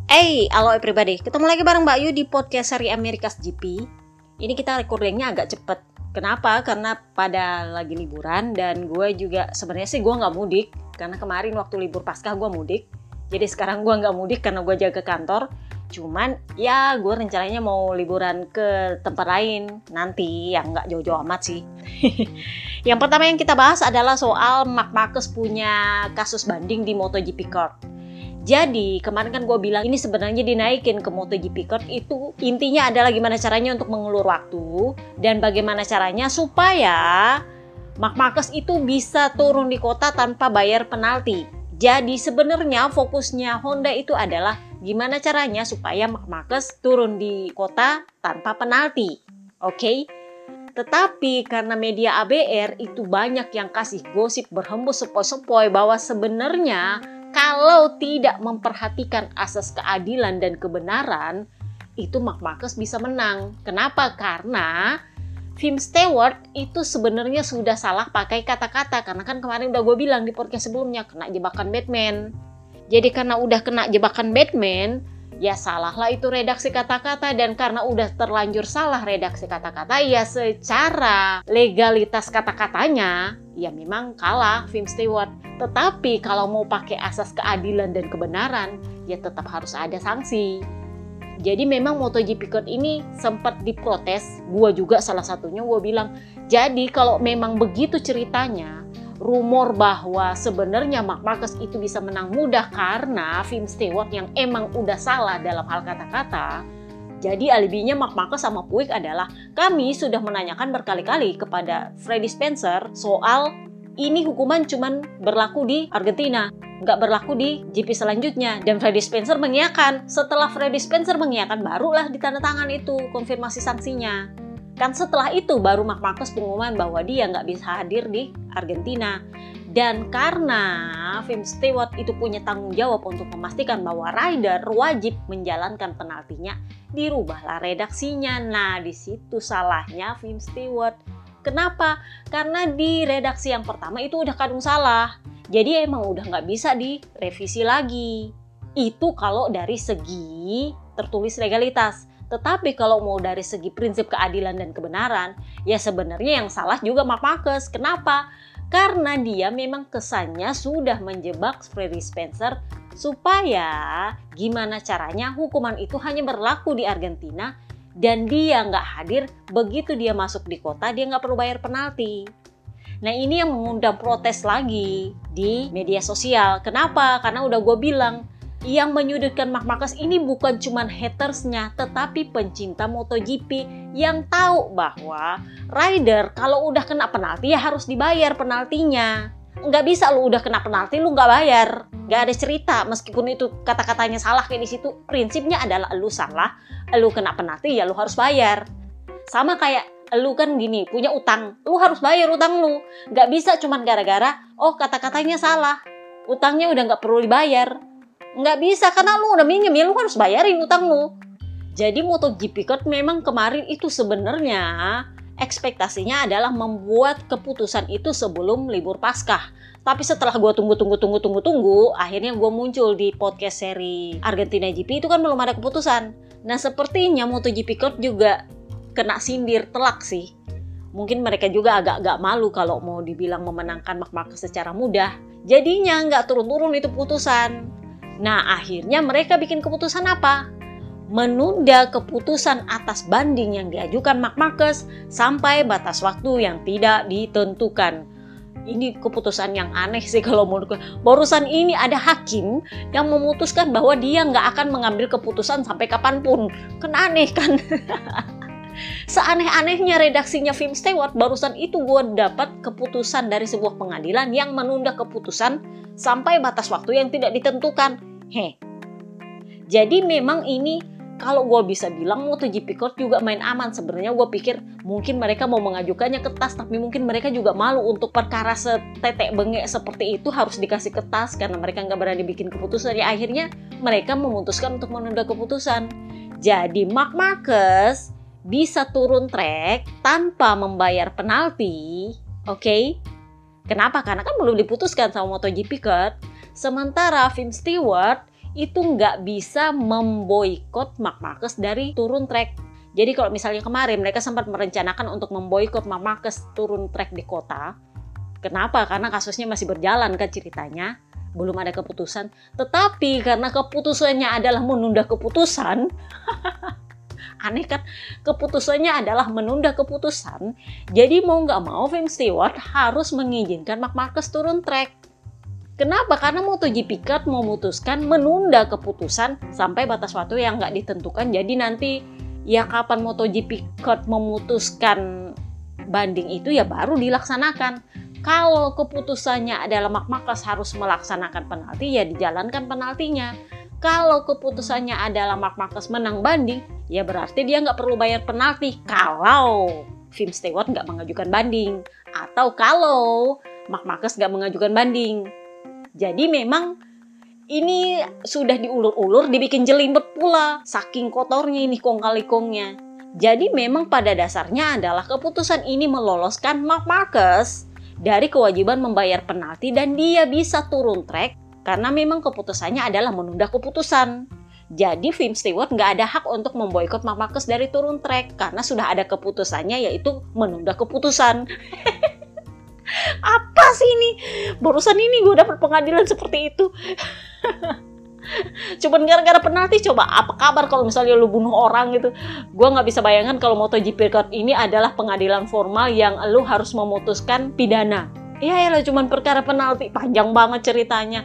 Halo everybody, ketemu lagi bareng Mbak Yu di podcast seri America's GP. Ini kita recordingnya agak cepet. Kenapa? Karena pada lagi liburan dan gue juga sebenarnya sih gue nggak mudik. Karena kemarin waktu libur Paskah gue mudik. Jadi sekarang gue nggak mudik karena gue jaga kantor. Cuman ya gue rencananya mau liburan ke tempat lain nanti yang nggak jauh-jauh amat sih. Yang pertama yang kita bahas adalah soal Marc Marquez punya kasus banding di MotoGP Court. Jadi kemarin kan gue bilang ini sebenarnya dinaikin ke MotoGP Court itu intinya adalah gimana caranya untuk mengulur waktu dan bagaimana caranya supaya Marc Marquez itu bisa turun di kota tanpa bayar penalti. Jadi sebenarnya fokusnya Honda itu adalah gimana caranya supaya Marc Marquez turun di kota tanpa penalti. Oke? Tetapi karena media ABR itu banyak yang kasih gosip berhembus sepoi-sepoi bahwa sebenarnya kalau tidak memperhatikan asas keadilan dan kebenaran, itu Marc Marquez bisa menang. Kenapa? Karena Tim Stewart itu sebenarnya sudah salah pakai kata-kata. Karena kan kemarin udah gue bilang di podcast sebelumnya, kena jebakan Batman. Jadi karena udah kena jebakan Batman, ya salahlah itu redaksi kata-kata. Dan karena udah terlanjur salah redaksi kata-kata, ya secara legalitas kata-katanya, ya memang kalah Tim Stewart. Tetapi kalau mau pakai asas keadilan dan kebenaran, ya tetap harus ada sanksi. Jadi memang MotoGP Court ini sempat diprotes, gue juga salah satunya gue bilang, jadi kalau memang begitu ceritanya, rumor bahwa sebenarnya Marc Marquez itu bisa menang mudah karena Tim Stewart yang emang udah salah dalam hal kata-kata, jadi alibinya Marc Marquez sama Puig adalah kami sudah menanyakan berkali-kali kepada Freddie Spencer soal ini hukuman cuman berlaku di Argentina, nggak berlaku di GP selanjutnya. Dan Freddie Spencer mengiyakan. Setelah Freddie Spencer mengiyakan, barulah ditandatangan itu konfirmasi sanksinya. Kan setelah itu baru Marc Marquez pengumuman bahwa dia nggak bisa hadir di Argentina. Dan karena Tim Stewart itu punya tanggung jawab untuk memastikan bahwa rider wajib menjalankan penaltinya, dirubahlah redaksinya. Nah, di situ salahnya Tim Stewart. Kenapa? Karena di redaksi yang pertama itu udah kadung salah. Jadi emang udah nggak bisa direvisi lagi. Itu kalau dari segi tertulis legalitas. Tetapi kalau mau dari segi prinsip keadilan dan kebenaran, ya sebenarnya yang salah juga Marc Marquez. Kenapa? Karena dia memang kesannya sudah menjebak Freddie Spencer supaya gimana caranya hukuman itu hanya berlaku di Argentina dan dia nggak hadir, begitu dia masuk di kota dia nggak perlu bayar penalti. Nah ini yang mengundang protes lagi di media sosial. Kenapa? Karena udah gue bilang, yang menyudutkan Marc Marquez ini bukan cuma hatersnya, tetapi pencinta MotoGP yang tahu bahwa rider kalau udah kena penalti ya harus dibayar penaltinya. Nggak bisa lu udah kena penalti lu nggak bayar. Nggak ada cerita, meskipun itu kata-katanya salah kayak di situ, prinsipnya adalah lu salah, lu kena penalti ya lu harus bayar. Sama kayak lu kan gini, punya utang, lu harus bayar utang lu. Nggak bisa cuman gara-gara, oh kata-katanya salah, utangnya udah nggak perlu dibayar. Nggak bisa, karena lu udah minjem ya lu harus bayarin utang lu. Jadi MotoGP Court memang kemarin itu sebenarnya ekspektasinya adalah membuat keputusan itu sebelum libur Paskah. Tapi setelah gue tunggu, akhirnya gue muncul di podcast seri Argentina GP itu kan belum ada keputusan. Nah sepertinya MotoGP Court juga kena sindir telak sih. Mungkin mereka juga agak malu kalau mau dibilang memenangkan Marc Marquez secara mudah. Jadinya nggak turun-turun itu putusan. Nah akhirnya mereka bikin keputusan apa? Menunda keputusan atas banding yang diajukan Marc Marquez sampai batas waktu yang tidak ditentukan. Ini keputusan yang aneh sih kalau menurutku. Barusan ini ada hakim yang memutuskan bahwa dia nggak akan mengambil keputusan sampai kapanpun. Kan aneh kan? Seaneh-anehnya redaksinya Tim Stewart, barusan itu gue dapat keputusan dari sebuah pengadilan yang menunda keputusan sampai batas waktu yang tidak ditentukan. Jadi memang ini kalau gue bisa bilang MotoGP Court juga main aman. Sebenarnya gue pikir mungkin mereka mau mengajukannya ke TAS, tapi mungkin mereka juga malu untuk perkara setetek bengek seperti itu harus dikasih ke TAS karena mereka nggak berani bikin keputusan. Ya akhirnya mereka memutuskan untuk menunda keputusan. Jadi Marc Marquez bisa turun trek tanpa membayar penalti, oke? Kenapa? Karena kan belum diputuskan sama MotoGP Court. Sementara Tim Stewart itu nggak bisa memboikot Marc Marquez dari turun track. Jadi kalau misalnya kemarin mereka sempat merencanakan untuk memboikot Marc Marquez turun track di kota. Kenapa? Karena kasusnya masih berjalan kan ceritanya. Belum ada keputusan. Tetapi karena keputusannya adalah menunda keputusan. Aneh kan? Keputusannya adalah menunda keputusan. Jadi mau nggak mau Tim Stewart harus mengizinkan Marc Marquez turun track. Kenapa? Karena MotoGP Card memutuskan menunda keputusan sampai batas waktu yang nggak ditentukan. Jadi nanti ya kapan MotoGP Card memutuskan banding itu ya baru dilaksanakan. Kalau keputusannya adalah Marc Marquez harus melaksanakan penalti, ya dijalankan penaltinya. Kalau keputusannya adalah Marc Marquez menang banding, ya berarti dia nggak perlu bayar penalti. Kalau Tim Stewart nggak mengajukan banding. Atau kalau Marc Marquez nggak mengajukan banding. Jadi memang ini sudah diulur-ulur, dibikin jelimet pula. Saking kotornya ini kong-kali-kongnya. Jadi memang pada dasarnya adalah keputusan ini meloloskan Marc Marquez dari kewajiban membayar penalti dan dia bisa turun track karena memang keputusannya adalah menunda keputusan. Jadi Tim Stewart nggak ada hak untuk memboikot Marc Marquez dari turun track karena sudah ada keputusannya yaitu menunda keputusan. Apa sih ini? Barusan ini gue dapet pengadilan seperti itu. Cuman gara-gara penalti. Coba apa kabar kalau misalnya lu bunuh orang gitu. Gue gak bisa bayangkan kalau MotoGP Card ini adalah pengadilan formal yang lu harus memutuskan pidana. Ya cuman perkara penalti. Panjang banget ceritanya.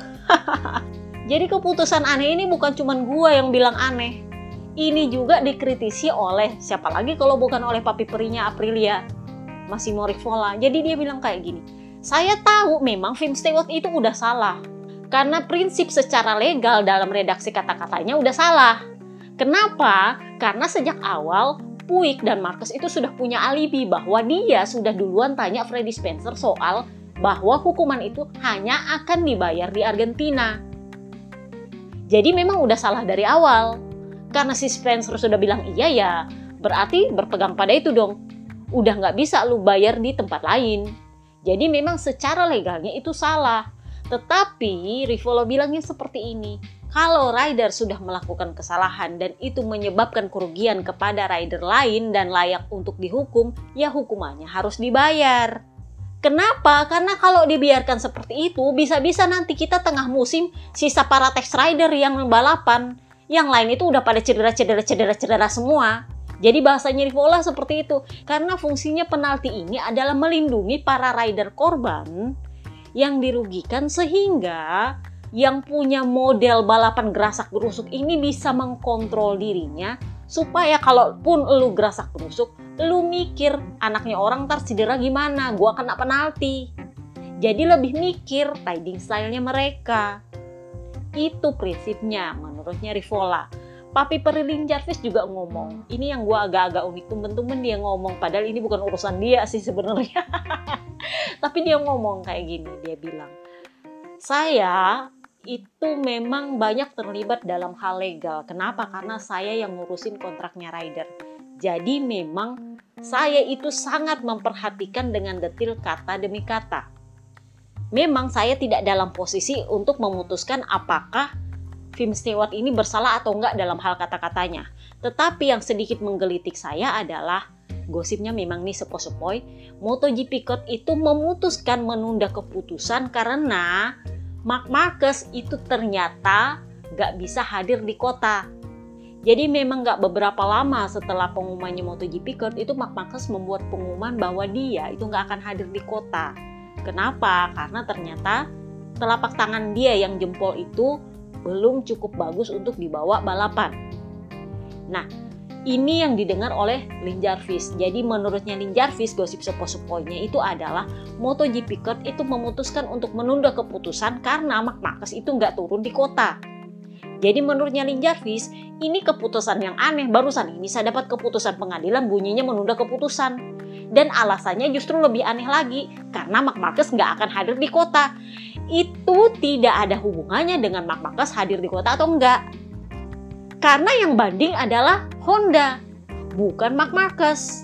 Jadi keputusan aneh ini bukan cuman gue yang bilang aneh. Ini juga dikritisi oleh siapa lagi kalau bukan oleh papi perinya Aprilia, Massimo Rivola. Jadi dia bilang kayak gini, saya tahu memang Tim Stewart itu udah salah. Karena prinsip secara legal dalam redaksi kata-katanya udah salah. Kenapa? Karena sejak awal Puig dan Marquez itu sudah punya alibi bahwa dia sudah duluan tanya Freddie Spencer soal bahwa hukuman itu hanya akan dibayar di Argentina. Jadi memang udah salah dari awal. Karena si Spencer sudah bilang iya ya, berarti berpegang pada itu dong. Udah nggak bisa lu bayar di tempat lain. Jadi memang secara legalnya itu salah. Tetapi Rivola bilangnya seperti ini, kalau rider sudah melakukan kesalahan dan itu menyebabkan kerugian kepada rider lain dan layak untuk dihukum, ya hukumannya harus dibayar. Kenapa? Karena kalau dibiarkan seperti itu, bisa-bisa nanti kita tengah musim sisa para test rider yang balapan, yang lain itu udah pada cedera semua. Jadi bahasanya Rivola seperti itu, karena fungsinya penalti ini adalah melindungi para rider korban yang dirugikan sehingga yang punya model balapan gerasak-gerusuk ini bisa mengkontrol dirinya supaya kalaupun lu gerasak-gerusuk, lu mikir anaknya orang ntar cedera gimana, gua kena penalti. Jadi lebih mikir riding style-nya mereka. Itu prinsipnya menurutnya Rivola. Papi Perilin Jarvis juga ngomong. Ini yang gua agak-agak unik, tumben-tumben dia ngomong padahal ini bukan urusan dia sih sebenarnya. Tapi dia ngomong kayak gini, dia bilang, saya itu memang banyak terlibat dalam hal legal. Kenapa? Karena saya yang ngurusin kontraknya rider. Jadi memang saya itu sangat memperhatikan dengan detil kata demi kata. Memang saya tidak dalam posisi untuk memutuskan apakah Tim Stewart ini bersalah atau enggak dalam hal kata-katanya. Tetapi yang sedikit menggelitik saya adalah gosipnya memang nih sepoi-sepoi, MotoGP Code itu memutuskan menunda keputusan karena Marc Marquez itu ternyata nggak bisa hadir di kota. Jadi memang nggak beberapa lama setelah pengumumannya MotoGP Code itu Marc Marquez membuat pengumuman bahwa dia itu nggak akan hadir di kota. Kenapa? Karena ternyata telapak tangan dia yang jempol itu belum cukup bagus untuk dibawa balapan. Nah, ini yang didengar oleh Lin Jarvis. Jadi menurutnya Lin Jarvis, gosip sepoi-sepoinya itu adalah MotoGP Code itu memutuskan untuk menunda keputusan karena Marc Marquez itu nggak turun di kota. Jadi menurutnya Lin Jarvis, ini keputusan yang aneh. Barusan ini saya dapat keputusan pengadilan bunyinya menunda keputusan. Dan alasannya justru lebih aneh lagi, karena Marc Marquez nggak akan hadir di kota. Itu tidak ada hubungannya dengan Marc Marquez hadir di kota atau enggak. Karena yang banding adalah Honda, bukan Marc Marquez.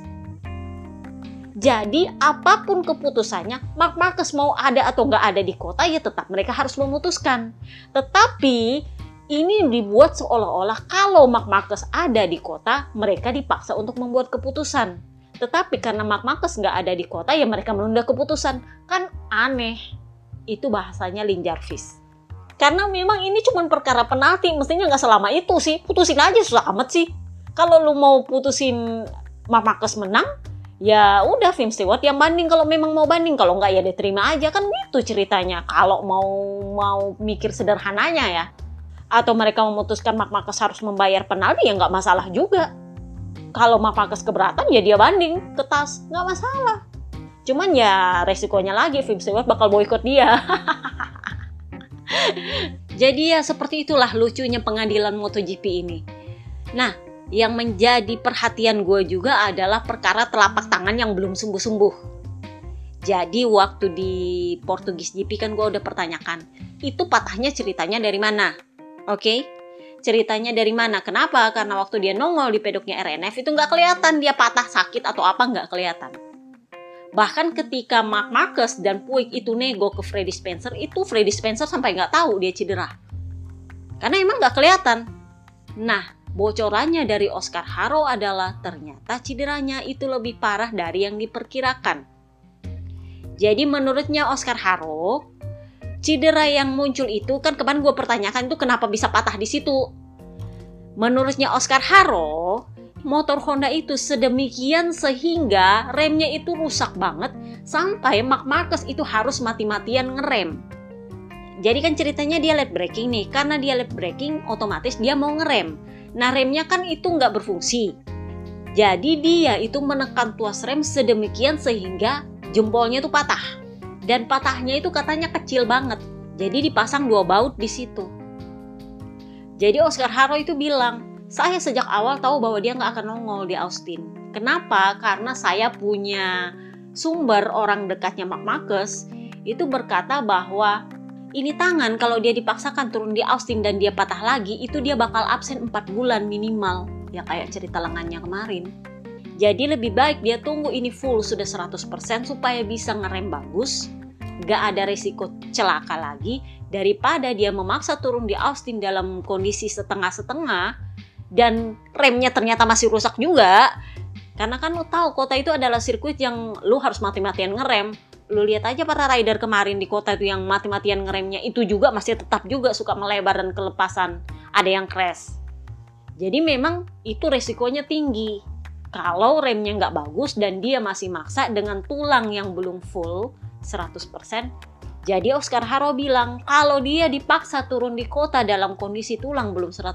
Jadi apapun keputusannya, Marc Marquez mau ada atau nggak ada di kota, ya tetap mereka harus memutuskan. Tetapi Ini dibuat seolah-olah kalau Marc Marquez ada di kota, mereka dipaksa untuk membuat keputusan. Tetapi karena Marc Marquez nggak ada di kota, ya mereka menunda keputusan. Kan aneh. Itu bahasanya Lin Jarvis. Karena memang ini cuma perkara penalti, mestinya nggak selama itu sih. Putusin aja, susah amat sih. Kalau lu mau putusin Marc Marquez menang, ya udah Vince Stewart yang banding kalau memang mau banding. Kalau nggak ya diterima aja, kan gitu ceritanya. Kalau mau mikir sederhananya ya. Atau mereka memutuskan Marc Marquez harus membayar penalti, ya nggak masalah juga. Kalau Marc Marquez keberatan, ya dia banding ke TAS, nggak masalah. Cuman ya resikonya lagi, Vince Stewart bakal boikot dia. Jadi ya seperti itulah lucunya pengadilan MotoGP ini. Nah, yang menjadi perhatian gue juga adalah perkara telapak tangan yang belum sembuh-sembuh. Jadi waktu di Portugis GP kan gue udah pertanyakan, itu patahnya ceritanya dari mana? Oke, ceritanya dari mana? Kenapa? Karena waktu dia nongol di pedoknya RNF itu nggak kelihatan dia patah, sakit atau apa, nggak kelihatan. Bahkan ketika Marc Marquez dan Puig itu nego ke Freddie Spencer, itu Freddie Spencer sampai nggak tahu dia cedera. Karena emang nggak kelihatan. Nah, bocorannya dari Oscar Haro adalah ternyata cederanya itu lebih parah dari yang diperkirakan. Jadi menurutnya Oscar Haro, cedera yang muncul itu kan kemarin gue pertanyakan itu kenapa bisa patah di situ. Menurutnya Oscar Haro, motor Honda itu sedemikian sehingga remnya itu rusak banget sampai Marc Marquez itu harus mati-matian ngerem. Jadi kan ceritanya dia late braking nih, karena dia late braking otomatis dia mau ngerem. Nah remnya kan itu nggak berfungsi. Jadi dia itu menekan tuas rem sedemikian sehingga jempolnya itu patah. Dan patahnya itu katanya kecil banget. Jadi dipasang 2 baut di situ. Jadi Oscar Haro itu bilang, saya sejak awal tahu bahwa dia nggak akan nongol di Austin. Kenapa? Karena saya punya sumber orang dekatnya Marc Marquez itu berkata bahwa ini tangan kalau dia dipaksakan turun di Austin dan dia patah lagi, itu dia bakal absen 4 bulan minimal. Ya kayak cerita lengannya kemarin. Jadi lebih baik dia tunggu ini full sudah 100% supaya bisa ngerem bagus, gak ada risiko celaka lagi, daripada dia memaksa turun di Austin dalam kondisi setengah-setengah dan remnya ternyata masih rusak juga. Karena kan lu tahu kota itu adalah sirkuit yang lu harus mati-matian ngerem. Lu lihat aja para rider kemarin di kota itu yang mati-matian ngeremnya itu juga masih tetap juga suka melebar dan kelepasan. Ada yang crash. Jadi memang itu resikonya tinggi. Kalau remnya nggak bagus dan dia masih maksa dengan tulang yang belum full 100%. Jadi Oscar Haro bilang kalau dia dipaksa turun di kota dalam kondisi tulang belum 100%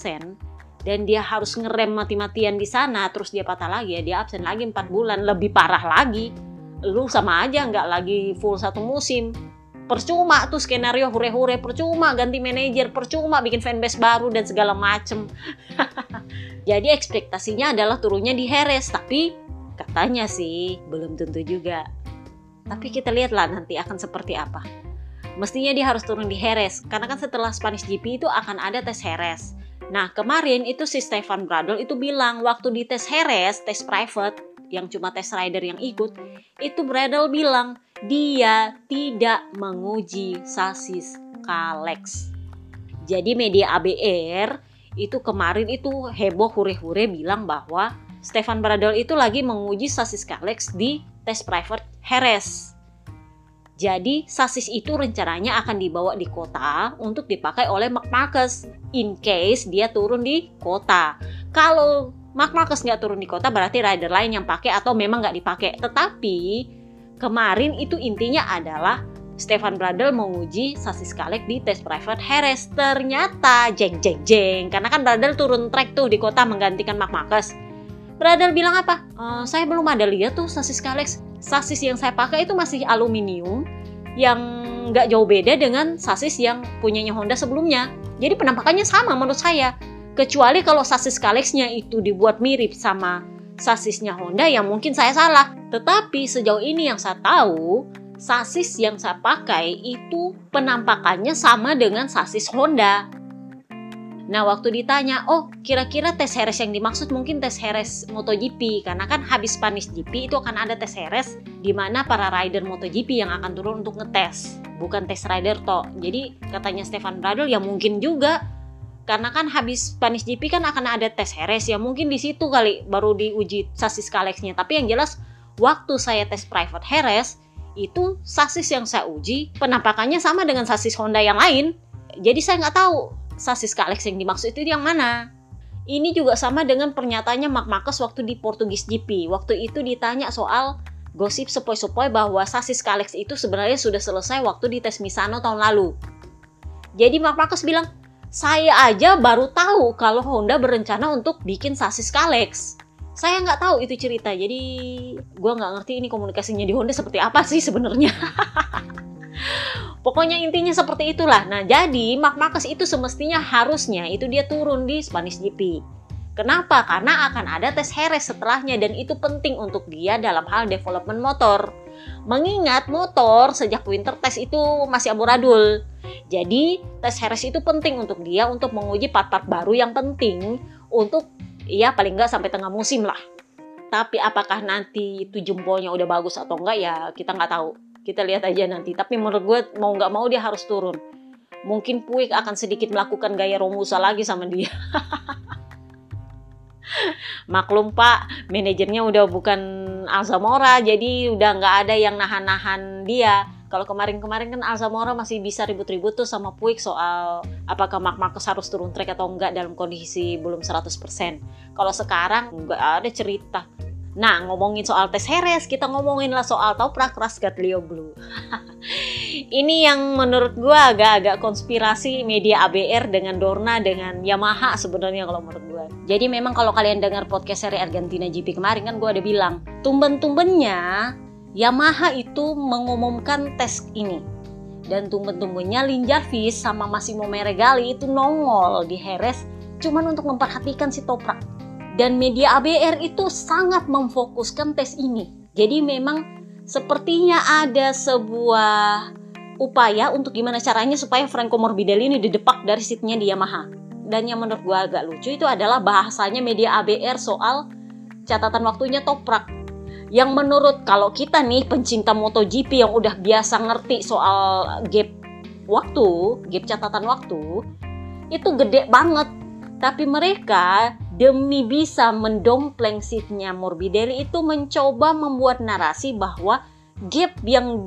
dan dia harus ngerem mati-matian di sana terus dia patah lagi, ya dia absen lagi 4 bulan, lebih parah lagi. Lu sama aja nggak lagi full 1 musim. Percuma tuh skenario hure-hure, percuma ganti manajer, percuma bikin fanbase baru dan segala macem. Jadi ekspektasinya adalah turunnya di Jerez, tapi katanya sih belum tentu juga. Tapi kita lihatlah nanti akan seperti apa. Mestinya dia harus turun di Jerez, karena kan setelah Spanish GP itu akan ada tes Jerez. Nah kemarin itu si Stefan Bradl itu bilang waktu di tes Jerez, tes private, yang cuma tes rider yang ikut, itu Bradl bilang dia tidak menguji sasis Kalex. Jadi media ABR itu kemarin itu heboh hure-hure bilang bahwa Stefan Bradl itu lagi menguji sasis Kalex di tes private Jerez. Jadi sasis itu rencananya akan dibawa di kota untuk dipakai oleh Marc Marquez in case dia turun di kota. Kalau Marc Marquez nggak turun di kota berarti rider lain yang pakai atau memang nggak dipakai. Tetapi kemarin itu intinya adalah Stefan Bradl menguji sasis Kalex di tes private Jerez. Ternyata jeng. Karena kan Bradl turun track tuh di kota menggantikan Marc Marquez. Bradl bilang apa? Saya belum ada lihat tuh sasis Kalex. Sasis yang saya pakai itu masih aluminium yang nggak jauh beda dengan sasis yang punyanya Honda sebelumnya. Jadi penampakannya sama menurut saya. Kecuali kalau sasis Kalex-nya itu dibuat mirip sama sasisnya Honda, yang mungkin saya salah. Tetapi sejauh ini yang saya tahu, sasis yang saya pakai itu penampakannya sama dengan sasis Honda. Nah waktu ditanya, oh kira-kira tes Jerez yang dimaksud mungkin tes Jerez MotoGP. Karena kan habis Spanish GP itu akan ada tes Jerez di mana para rider MotoGP yang akan turun untuk ngetes. Bukan tes rider toh. Jadi katanya Stefan Bradl ya mungkin juga Karena kan habis Spanish GP kan akan ada tes Jerez ya, mungkin di situ kali baru diuji sasis Kalex-nya. Tapi yang jelas waktu saya tes private Jerez itu sasis yang saya uji penampakannya sama dengan sasis Honda yang lain. Jadi saya nggak tahu sasis Kalex yang dimaksud itu yang mana. Ini juga sama dengan pernyataannya Marc Marquez waktu di Portugis GP. Waktu itu ditanya soal gosip sepoi-sepoi bahwa sasis Kalex itu sebenarnya sudah selesai waktu di tes Misano tahun lalu. Jadi Marc Marquez bilang, saya aja baru tahu kalau Honda berencana untuk bikin sasis Kalex. Saya nggak tahu itu cerita, jadi gue nggak ngerti ini komunikasinya di Honda seperti apa sih sebenarnya. Pokoknya intinya seperti itulah. Nah, jadi Marc Marquez itu semestinya harusnya itu dia turun di Spanish GP. Kenapa? Karena akan ada tes Jerez setelahnya dan itu penting untuk dia dalam hal development motor. Mengingat motor sejak winter test itu masih amburadul. Jadi tes Jerez itu penting untuk dia untuk menguji part-part baru yang penting untuk ya paling nggak sampai tengah musim lah. Tapi apakah nanti itu jempolnya udah bagus atau enggak ya kita nggak tahu. Kita lihat aja nanti. Tapi menurut gue mau nggak mau dia harus turun. Mungkin Puig akan sedikit melakukan gaya Romusa lagi sama dia. Maklum Pak, manajernya udah bukan Alzamora, jadi udah nggak ada yang nahan-nahan dia. Kalau kemarin-kemarin kan Alzamora masih bisa ribut-ribut tuh sama Puig soal apakah Marc Marquez harus turun trek atau enggak dalam kondisi belum 100%. Kalau sekarang nggak ada cerita. Nah, ngomongin soal tes Jerez, kita ngomongin lah soal Toprak Razgatlioglu. Ini yang menurut gue agak-agak konspirasi media ABR dengan Dorna dengan Yamaha sebenarnya kalau menurut gue. Jadi memang kalau kalian dengar podcast seri Argentina GP kemarin kan gue ada bilang, tumben-tumbennya Yamaha itu mengumumkan tes ini. Dan tumben-tumbennya Lin Jarvis sama Massimo Meregali itu nongol di Jerez cuman untuk memperhatikan si Toprak. Dan media ABR itu sangat memfokuskan tes ini. Jadi memang sepertinya ada sebuah upaya untuk gimana caranya supaya Franco Morbidelli ini didepak dari seatnya di Yamaha. Dan yang menurut gue agak lucu itu adalah bahasanya media ABR soal catatan waktunya Toprak. Yang menurut kalau kita nih pencinta MotoGP yang udah biasa ngerti soal gap waktu, gap catatan waktu, itu gede banget. Tapi mereka demi bisa mendompleng seatnya Morbidelli itu mencoba membuat narasi bahwa gap yang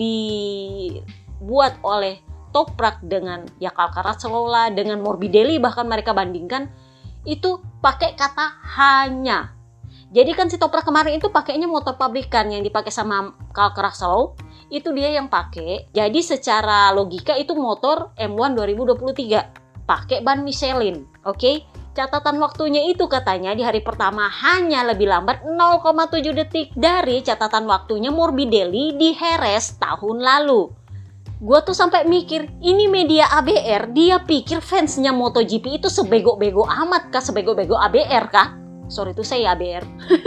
dibuat oleh Toprak dengan ya Calcaracciolo dengan Morbidelli bahkan mereka bandingkan itu pakai kata hanya. Jadi kan si Toprak kemarin itu pakainya motor pabrikan yang dipakai sama Calcaracciolo itu dia yang pakai. Jadi secara logika itu motor M1 2023 pakai ban Michelin, oke? Catatan waktunya itu katanya di hari pertama hanya lebih lambat 0,7 detik dari catatan waktunya Morbidelli di Jerez tahun lalu. Gue tuh sampai mikir, ini media ABR, dia pikir fansnya MotoGP itu sebego-bego amat kah? Sebego-bego ABR kah? Sorry itu saya ABR.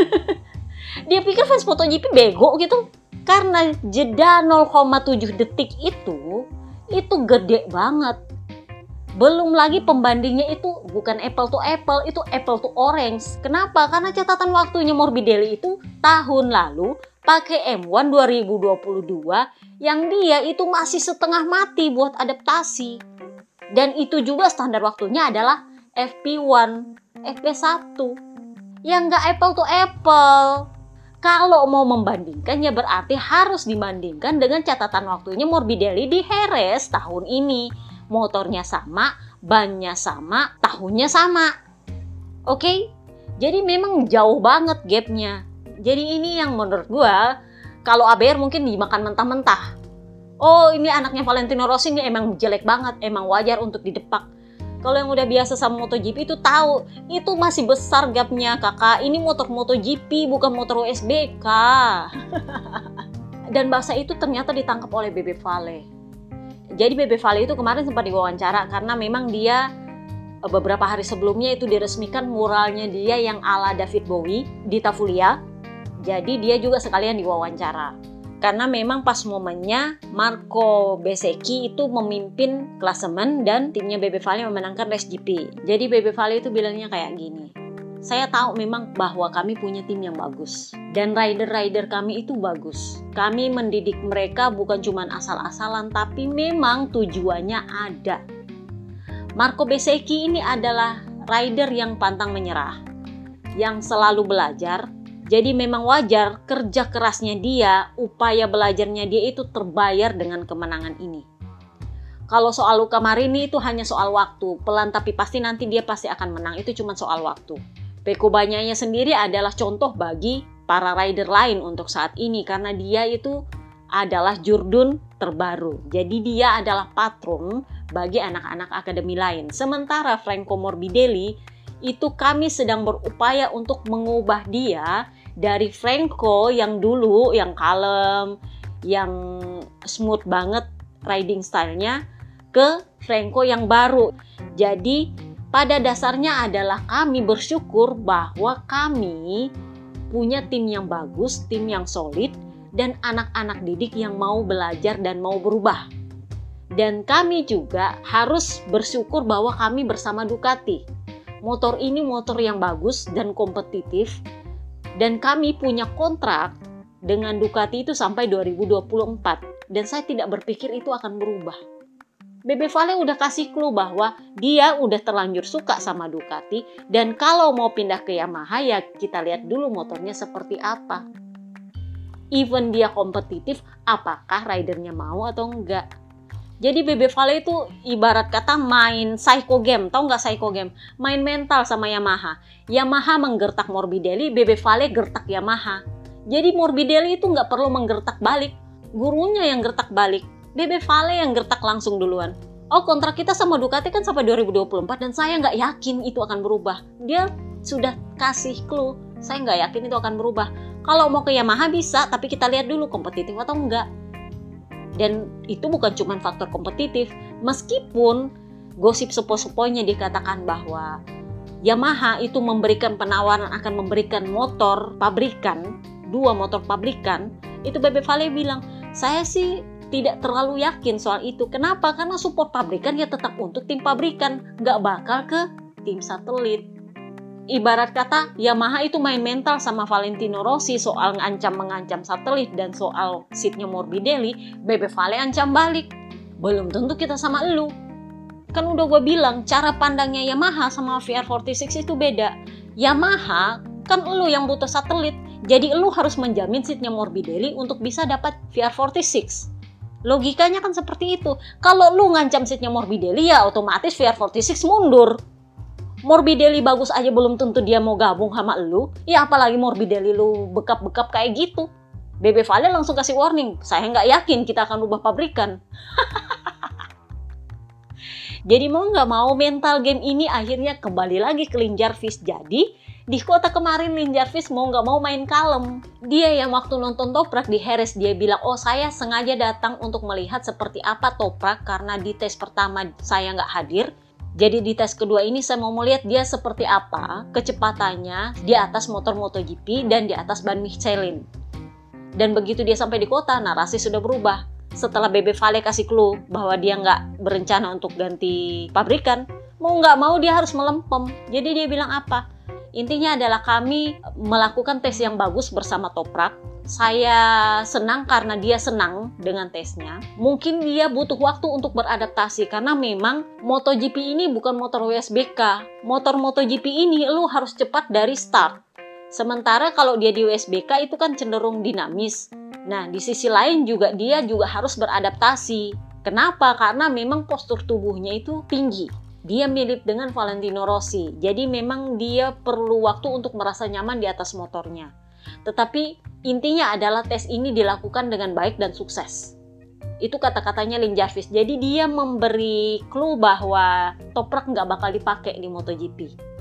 Dia pikir fans MotoGP bego gitu. Karena jeda 0,7 detik itu gede banget. Belum lagi pembandingnya itu bukan apple to apple, itu apple to orange. Kenapa? Karena catatan waktunya Morbidelli itu tahun lalu pakai M1 2022 yang dia itu masih setengah mati buat adaptasi. Dan itu juga standar waktunya adalah FP1, FP1. Yang nggak apple to apple. Kalau mau membandingkan ya berarti harus dibandingkan dengan catatan waktunya Morbidelli di Jerez tahun ini. Motornya sama, bannya sama, tahunnya sama. Oke? Jadi memang jauh banget gapnya. Jadi ini yang menurut gua kalau ABR mungkin dimakan mentah-mentah. Oh ini anaknya Valentino Rossi ini emang jelek banget, emang wajar untuk didepak. Kalau yang udah biasa sama MotoGP itu tahu, itu masih besar gapnya kakak. Ini motor MotoGP bukan motor USBK. Dan bahasa itu ternyata ditangkap oleh Bebe Vale. Jadi Bebe Vale itu kemarin sempat diwawancara karena memang dia beberapa hari sebelumnya itu diresmikan muralnya dia yang ala David Bowie di Tafulia. Jadi dia juga sekalian diwawancara. Karena memang pas momennya Marco Bezzecchi itu memimpin klasemen dan timnya Bebe Vale memenangkan race GP. Jadi Bebe Vale itu bilangnya kayak gini. Saya tahu memang bahwa kami punya tim yang bagus. Dan rider-rider kami itu bagus. Kami mendidik mereka bukan cuma asal-asalan, tapi memang tujuannya ada. Marco Bezzecchi ini adalah rider yang pantang menyerah, yang selalu belajar. Jadi memang wajar kerja kerasnya dia, upaya belajarnya dia itu terbayar dengan kemenangan ini. Kalau soal Luca Marini itu hanya soal waktu, pelan tapi pasti nanti dia pasti akan menang, itu cuma soal waktu. Pecco Bagnaya sendiri adalah contoh bagi para rider lain untuk saat ini karena dia itu adalah jurdun terbaru. Jadi dia adalah patron bagi anak-anak akademi lain. Sementara Franco Morbidelli itu kami sedang berupaya untuk mengubah dia dari Franco yang dulu, yang kalem, yang smooth banget riding style-nya ke Franco yang baru. Jadi pada dasarnya adalah kami bersyukur bahwa kami punya tim yang bagus, tim yang solid, dan anak-anak didik yang mau belajar dan mau berubah. Dan kami juga harus bersyukur bahwa kami bersama Ducati. Motor ini motor yang bagus dan kompetitif, dan kami punya kontrak dengan Ducati itu sampai 2024. Dan saya tidak berpikir itu akan berubah. Bebe Vale udah kasih clue bahwa dia udah terlanjur suka sama Ducati, dan kalau mau pindah ke Yamaha ya kita lihat dulu motornya seperti apa. Even dia kompetitif, apakah ridernya mau atau enggak. Jadi Bebe Vale itu ibarat kata main psycho game, tau nggak psycho game? Main mental sama Yamaha. Yamaha menggertak Morbidelli, Bebe Vale gertak Yamaha. Jadi Morbidelli itu nggak perlu menggertak balik, gurunya yang gertak balik. Bebe Vale yang gertak langsung duluan. Oh, kontrak kita sama Ducati kan sampai 2024 dan saya nggak yakin itu akan berubah. Dia sudah kasih clue, saya nggak yakin itu akan berubah. Kalau mau ke Yamaha bisa, tapi kita lihat dulu kompetitif atau enggak. Dan itu bukan cuma faktor kompetitif, meskipun gosip sepoi-sepoinya dikatakan bahwa Yamaha itu memberikan penawaran akan memberikan motor pabrikan, 2 motor pabrikan, itu Bebe Vale bilang, saya sih tidak terlalu yakin soal itu. Kenapa? Karena support pabrikan ya tetap untuk tim pabrikan, nggak bakal ke tim satelit. Ibarat kata Yamaha itu main mental sama Valentino Rossi soal mengancam satelit dan soal seatnya Morbidelli, Bebe Vale ancam balik. Belum tentu kita sama elu. Kan udah gue bilang cara pandangnya Yamaha sama VR46 itu beda. Yamaha kan elu yang butuh satelit, jadi elu harus menjamin seatnya Morbidelli untuk bisa dapat VR46. Logikanya kan seperti itu. Kalau lu ngancam seatnya Morbidelli ya otomatis VR46 mundur. Morbidelli bagus aja belum tentu dia mau gabung sama lu. Ya apalagi Morbidelli lu bekap-bekap kayak gitu. Bebe Vale langsung kasih warning. Saya nggak yakin kita akan ubah pabrikan. Jadi mau nggak mau mental game ini akhirnya kembali lagi ke Lin Jarvis. Jadi di kota kemarin Lin Jarvis mau nggak mau main kalem. Dia yang waktu nonton Toprak di Jerez dia bilang, oh saya sengaja datang untuk melihat seperti apa Toprak karena di tes pertama saya nggak hadir. Jadi di tes kedua ini saya mau melihat dia seperti apa kecepatannya di atas motor MotoGP dan di atas ban Michelin. Dan begitu dia sampai di kota, narasi sudah berubah. Setelah Bebe Vale kasih clue bahwa dia nggak berencana untuk ganti pabrikan, mau nggak mau dia harus melempem. Jadi dia bilang apa? Intinya adalah kami melakukan tes yang bagus bersama Toprak. Saya senang karena dia senang dengan tesnya. Mungkin dia butuh waktu untuk beradaptasi karena memang MotoGP ini bukan motor WSBK. Motor MotoGP ini lu harus cepat dari start. Sementara kalau dia di WSBK itu kan cenderung dinamis. Nah, di sisi lain dia juga harus beradaptasi. Kenapa? Karena memang postur tubuhnya itu tinggi. Dia mirip dengan Valentino Rossi. Jadi memang dia perlu waktu untuk merasa nyaman di atas motornya. Tetapi intinya adalah tes ini dilakukan dengan baik dan sukses. Itu kata-katanya Lin Jarvis. Jadi dia memberi clue bahwa Toprak nggak bakal dipakai di MotoGP.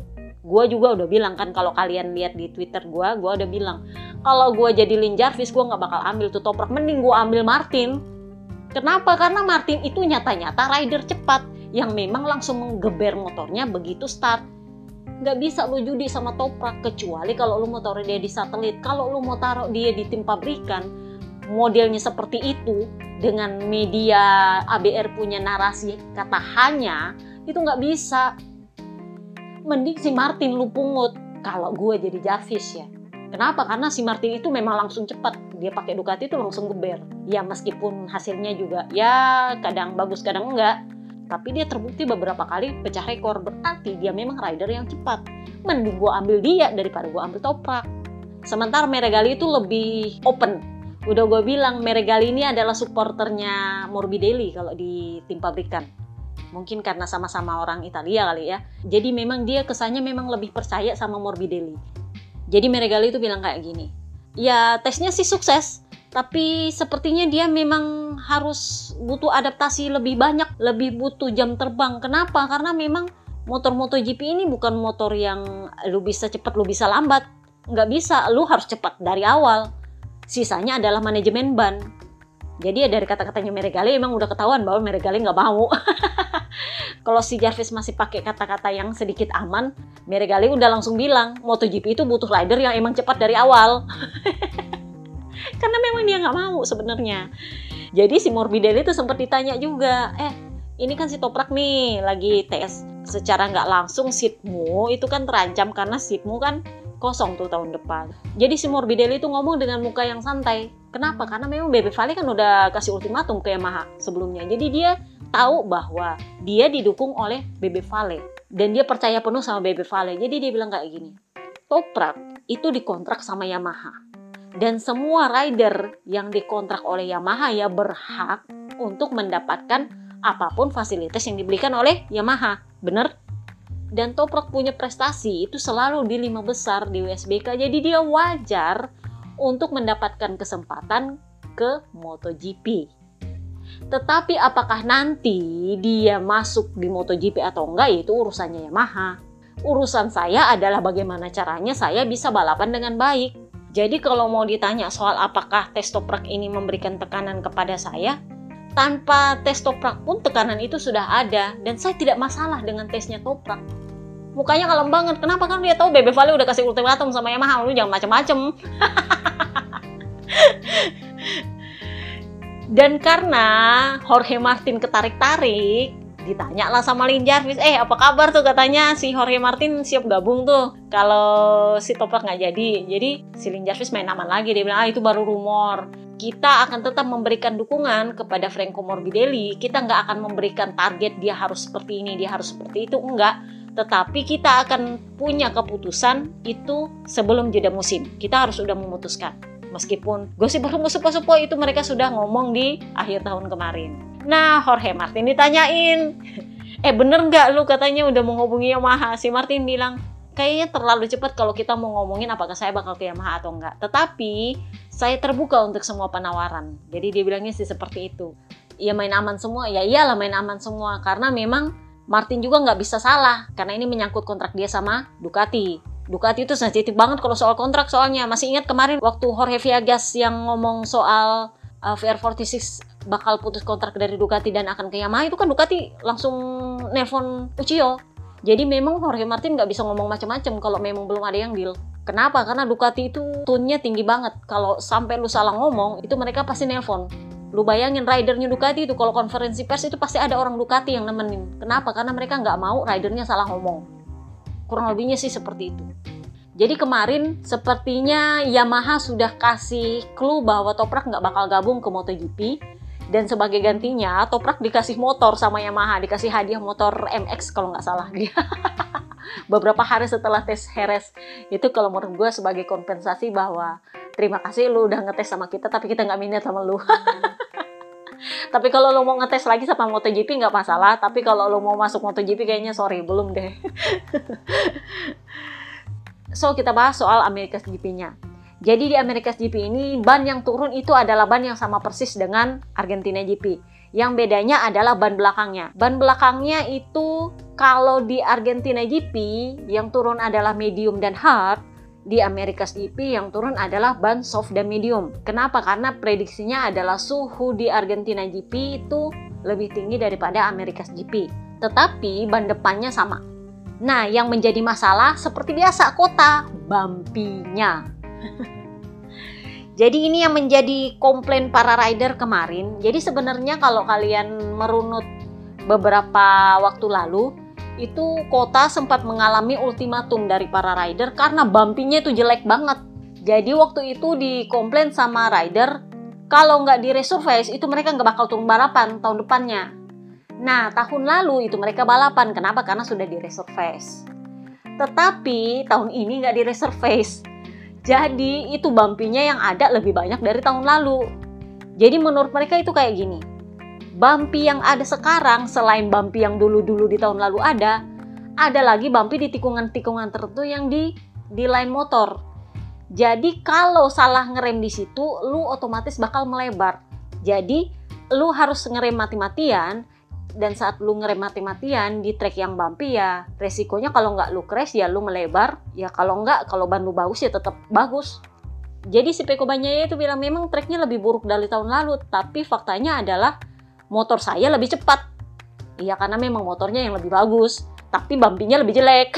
Gue juga udah bilang kan, kalau kalian lihat di Twitter gue udah bilang, kalau gue jadi Lin Jarvis gue nggak bakal ambil tuh Toprak, mending gue ambil Martin. Kenapa? Karena Martin itu nyata-nyata rider cepat yang memang langsung menggeber motornya begitu start. Nggak bisa lu judi sama Toprak, kecuali kalau lu mau taruh dia di satelit. Kalau lu mau taruh dia di tim pabrikan, modelnya seperti itu, dengan media ABR punya narasi kata hanya, itu nggak bisa. Mending si Martin lu pungut, kalau gue jadi Jarvis ya. Kenapa? Karena si Martin itu memang langsung cepat. Dia pakai Ducati itu langsung geber. Ya meskipun hasilnya juga ya kadang bagus kadang enggak. Tapi dia terbukti beberapa kali pecah rekor, berarti dia memang rider yang cepat. Mending gue ambil dia daripada gue ambil Toprak. Sementara Meregali itu lebih open. Udah gue bilang, Meregali ini adalah supporternya Morbidelli kalau di tim pabrikan. Mungkin karena sama-sama orang Italia kali ya. Jadi memang dia kesannya memang lebih percaya sama Morbidelli. Jadi Meregali itu bilang kayak gini, ya tesnya sih sukses, tapi sepertinya dia memang harus butuh adaptasi lebih banyak, lebih butuh jam terbang. Kenapa? Karena memang motor MotoGP ini bukan motor yang lu bisa cepat, lu bisa lambat. Nggak bisa, lu harus cepat dari awal. Sisanya adalah manajemen ban. Jadi ya dari kata-katanya Meregali emang udah ketahuan bahwa Meregali nggak mau. Kalau si Jarvis masih pakai kata-kata yang sedikit aman, Meregali udah langsung bilang, MotoGP itu butuh rider yang emang cepat dari awal. Karena memang dia nggak mau sebenarnya. Jadi si Morbidelli itu sempat ditanya juga, ini kan si Toprak nih lagi tes. Secara nggak langsung seatmu itu kan terancam karena seatmu kan kosong tuh tahun depan. Jadi si Morbidelli itu ngomong dengan muka yang santai. Kenapa? Karena memang Bebe Vale kan udah kasih ultimatum ke Yamaha sebelumnya. Jadi dia tahu bahwa dia didukung oleh Bebe Vale. Dan dia percaya penuh sama Bebe Vale. Jadi dia bilang kayak gini, Toprak itu dikontrak sama Yamaha. Dan semua rider yang dikontrak oleh Yamaha ya berhak untuk mendapatkan apapun fasilitas yang diberikan oleh Yamaha. Bener? Dan Toprak punya prestasi itu selalu di 5 besar di WSBK. Jadi dia wajar untuk mendapatkan kesempatan ke MotoGP. Tetapi apakah nanti dia masuk di MotoGP atau enggak, itu urusannya Yamaha. Urusan saya adalah bagaimana caranya saya bisa balapan dengan baik. Jadi kalau mau ditanya soal apakah tes Toprak ini memberikan tekanan kepada saya, tanpa tes Toprak pun tekanan itu sudah ada. Dan saya tidak masalah dengan tesnya Toprak. Mukanya kalem banget. Kenapa? Kan dia tahu Bebe Vale udah kasih ultimatum sama Yamaha, lu jangan macem-macem. Dan karena Jorge Martin ketarik-tarik, ditanya lah sama Lin Jarvis, apa kabar tuh, katanya si Jorge Martin siap gabung tuh kalau si Toprak nggak jadi. Jadi si Lin Jarvis main aman lagi, dia bilang itu baru rumor. Kita akan tetap memberikan dukungan kepada Franco Morbidelli. Kita nggak akan memberikan target dia harus seperti ini, dia harus seperti itu, enggak. Tetapi kita akan punya keputusan itu sebelum jeda musim. Kita harus sudah memutuskan. Meskipun gosip-gosip itu mereka sudah ngomong di akhir tahun kemarin. Nah, Jorge Martin ditanyain, bener nggak lu katanya udah menghubungi Yamaha? Si Martin bilang, kayaknya terlalu cepat kalau kita mau ngomongin apakah saya bakal ke Yamaha atau enggak. Tetapi saya terbuka untuk semua penawaran. Jadi dia bilangnya sih seperti itu. Ya main aman semua, ya iyalah main aman semua. Karena memang Martin juga nggak bisa salah, karena ini menyangkut kontrak dia sama Ducati. Ducati itu sensitif banget kalau soal kontrak soalnya. Masih ingat kemarin waktu Jorge Villegas yang ngomong soal VR46 bakal putus kontrak dari Ducati dan akan ke Yamaha, itu kan Ducati langsung nelpon Uchiyo. Jadi memang Jorge Martin nggak bisa ngomong macam-macam kalau memang belum ada yang deal. Kenapa? Karena Ducati itu tone-nya tinggi banget. Kalau sampai lu salah ngomong, itu mereka pasti nelpon. Lu bayangin ridernya Ducati itu kalau konferensi pers itu pasti ada orang Ducati yang nemenin. Kenapa? Karena mereka nggak mau ridernya salah ngomong. Kurang lebihnya sih seperti itu. Jadi kemarin sepertinya Yamaha sudah kasih clue bahwa Toprak nggak bakal gabung ke MotoGP. Dan sebagai gantinya Toprak dikasih motor sama Yamaha. Dikasih hadiah motor MX kalau nggak salah dia. Beberapa hari setelah tes Jerez. Itu kalau menurut gue sebagai kompensasi bahwa terima kasih lu udah ngetes sama kita tapi kita nggak minat sama lu. Tapi kalau lo mau ngetes lagi sama MotoGP nggak masalah. Tapi kalau lo mau masuk MotoGP kayaknya sorry, belum deh. So, kita bahas soal America's GP-nya. Jadi di America's GP ini, ban yang turun itu adalah ban yang sama persis dengan Argentina GP. Yang bedanya adalah ban belakangnya. Ban belakangnya itu kalau di Argentina GP, yang turun adalah medium dan hard. Di America's GP yang turun adalah ban soft dan medium. Kenapa? Karena prediksinya adalah suhu di Argentina GP itu lebih tinggi daripada America's GP. Tetapi ban depannya sama. Nah, yang menjadi masalah seperti biasa kota, bumpinya. Jadi ini yang menjadi komplain para rider kemarin. Jadi sebenarnya kalau kalian merunut beberapa waktu lalu, itu kota sempat mengalami ultimatum dari para rider karena bumpingnya itu jelek banget. Jadi waktu itu dikomplain sama rider, kalau nggak di resurface itu mereka nggak bakal turun balapan tahun depannya. Nah, tahun lalu itu mereka balapan. Kenapa? Karena sudah di resurface. Tetapi tahun ini nggak di resurface. Jadi itu bumpy-nya yang ada lebih banyak dari tahun lalu. Jadi menurut mereka itu kayak gini. Bumpy yang ada sekarang selain bumpy yang dulu-dulu di tahun lalu ada lagi bumpy di tikungan-tikungan tertentu yang di line motor. Jadi kalau salah ngerem di situ, lu otomatis bakal melebar. Jadi lu harus ngerem mati-matian. Dan saat lu ngerem mati-matian di trek yang bumpy ya resikonya kalau nggak lu crash ya lu melebar. Ya kalau nggak, kalau ban lu bagus ya tetap bagus. Jadi si Pecco Bagnaia itu bilang memang treknya lebih buruk dari tahun lalu. Tapi faktanya adalah motor saya lebih cepat. Iya karena memang motornya yang lebih bagus. Tapi bumpy-nya lebih jelek.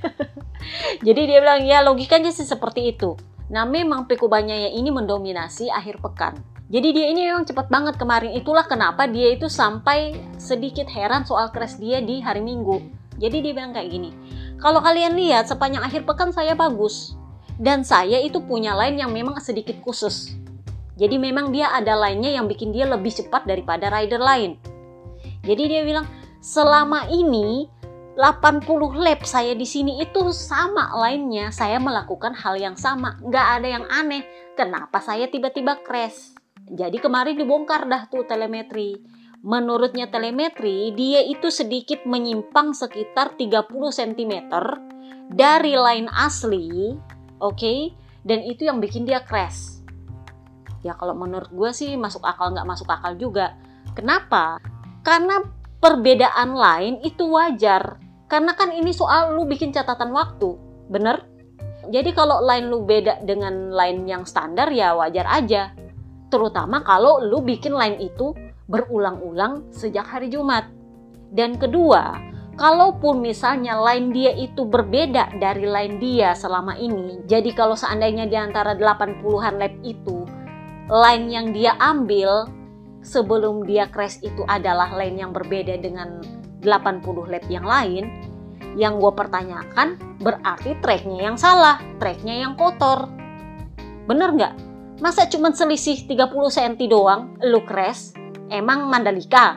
Jadi dia bilang ya logikanya sih seperti itu. Nah memang Pecco Bagnaia ini mendominasi akhir pekan. Jadi dia ini memang cepat banget kemarin. Itulah kenapa dia itu sampai sedikit heran soal crash dia di hari Minggu. Jadi dia bilang kayak gini. Kalau kalian lihat sepanjang akhir pekan saya bagus. Dan saya itu punya line yang memang sedikit khusus. Jadi memang dia ada line-nya yang bikin dia lebih cepat daripada rider lain. Jadi dia bilang selama ini 80 lap saya di sini itu sama line-nya. Saya melakukan hal yang sama. Nggak ada yang aneh. Kenapa saya tiba-tiba crash? Jadi kemarin dibongkar dah tuh telemetri. Menurutnya telemetri, dia itu sedikit menyimpang sekitar 30 cm dari line asli, oke? Dan itu yang bikin dia crash. Ya kalau menurut gue sih masuk akal nggak masuk akal juga. Kenapa? Karena perbedaan line itu wajar. Karena kan ini soal lu bikin catatan waktu, bener? Jadi kalau line lu beda dengan line yang standar ya wajar aja. Terutama kalau lu bikin line itu berulang-ulang sejak hari Jumat. Dan kedua, kalaupun misalnya line dia itu berbeda dari line dia selama ini, jadi kalau seandainya di antara 80-an lap itu, line yang dia ambil sebelum dia crash itu adalah line yang berbeda dengan 80 lap yang lain, yang gue pertanyakan berarti tracknya yang salah, tracknya yang kotor. Bener nggak? Masa cuma selisih 30 cm doang lu crash? Emang Mandalika?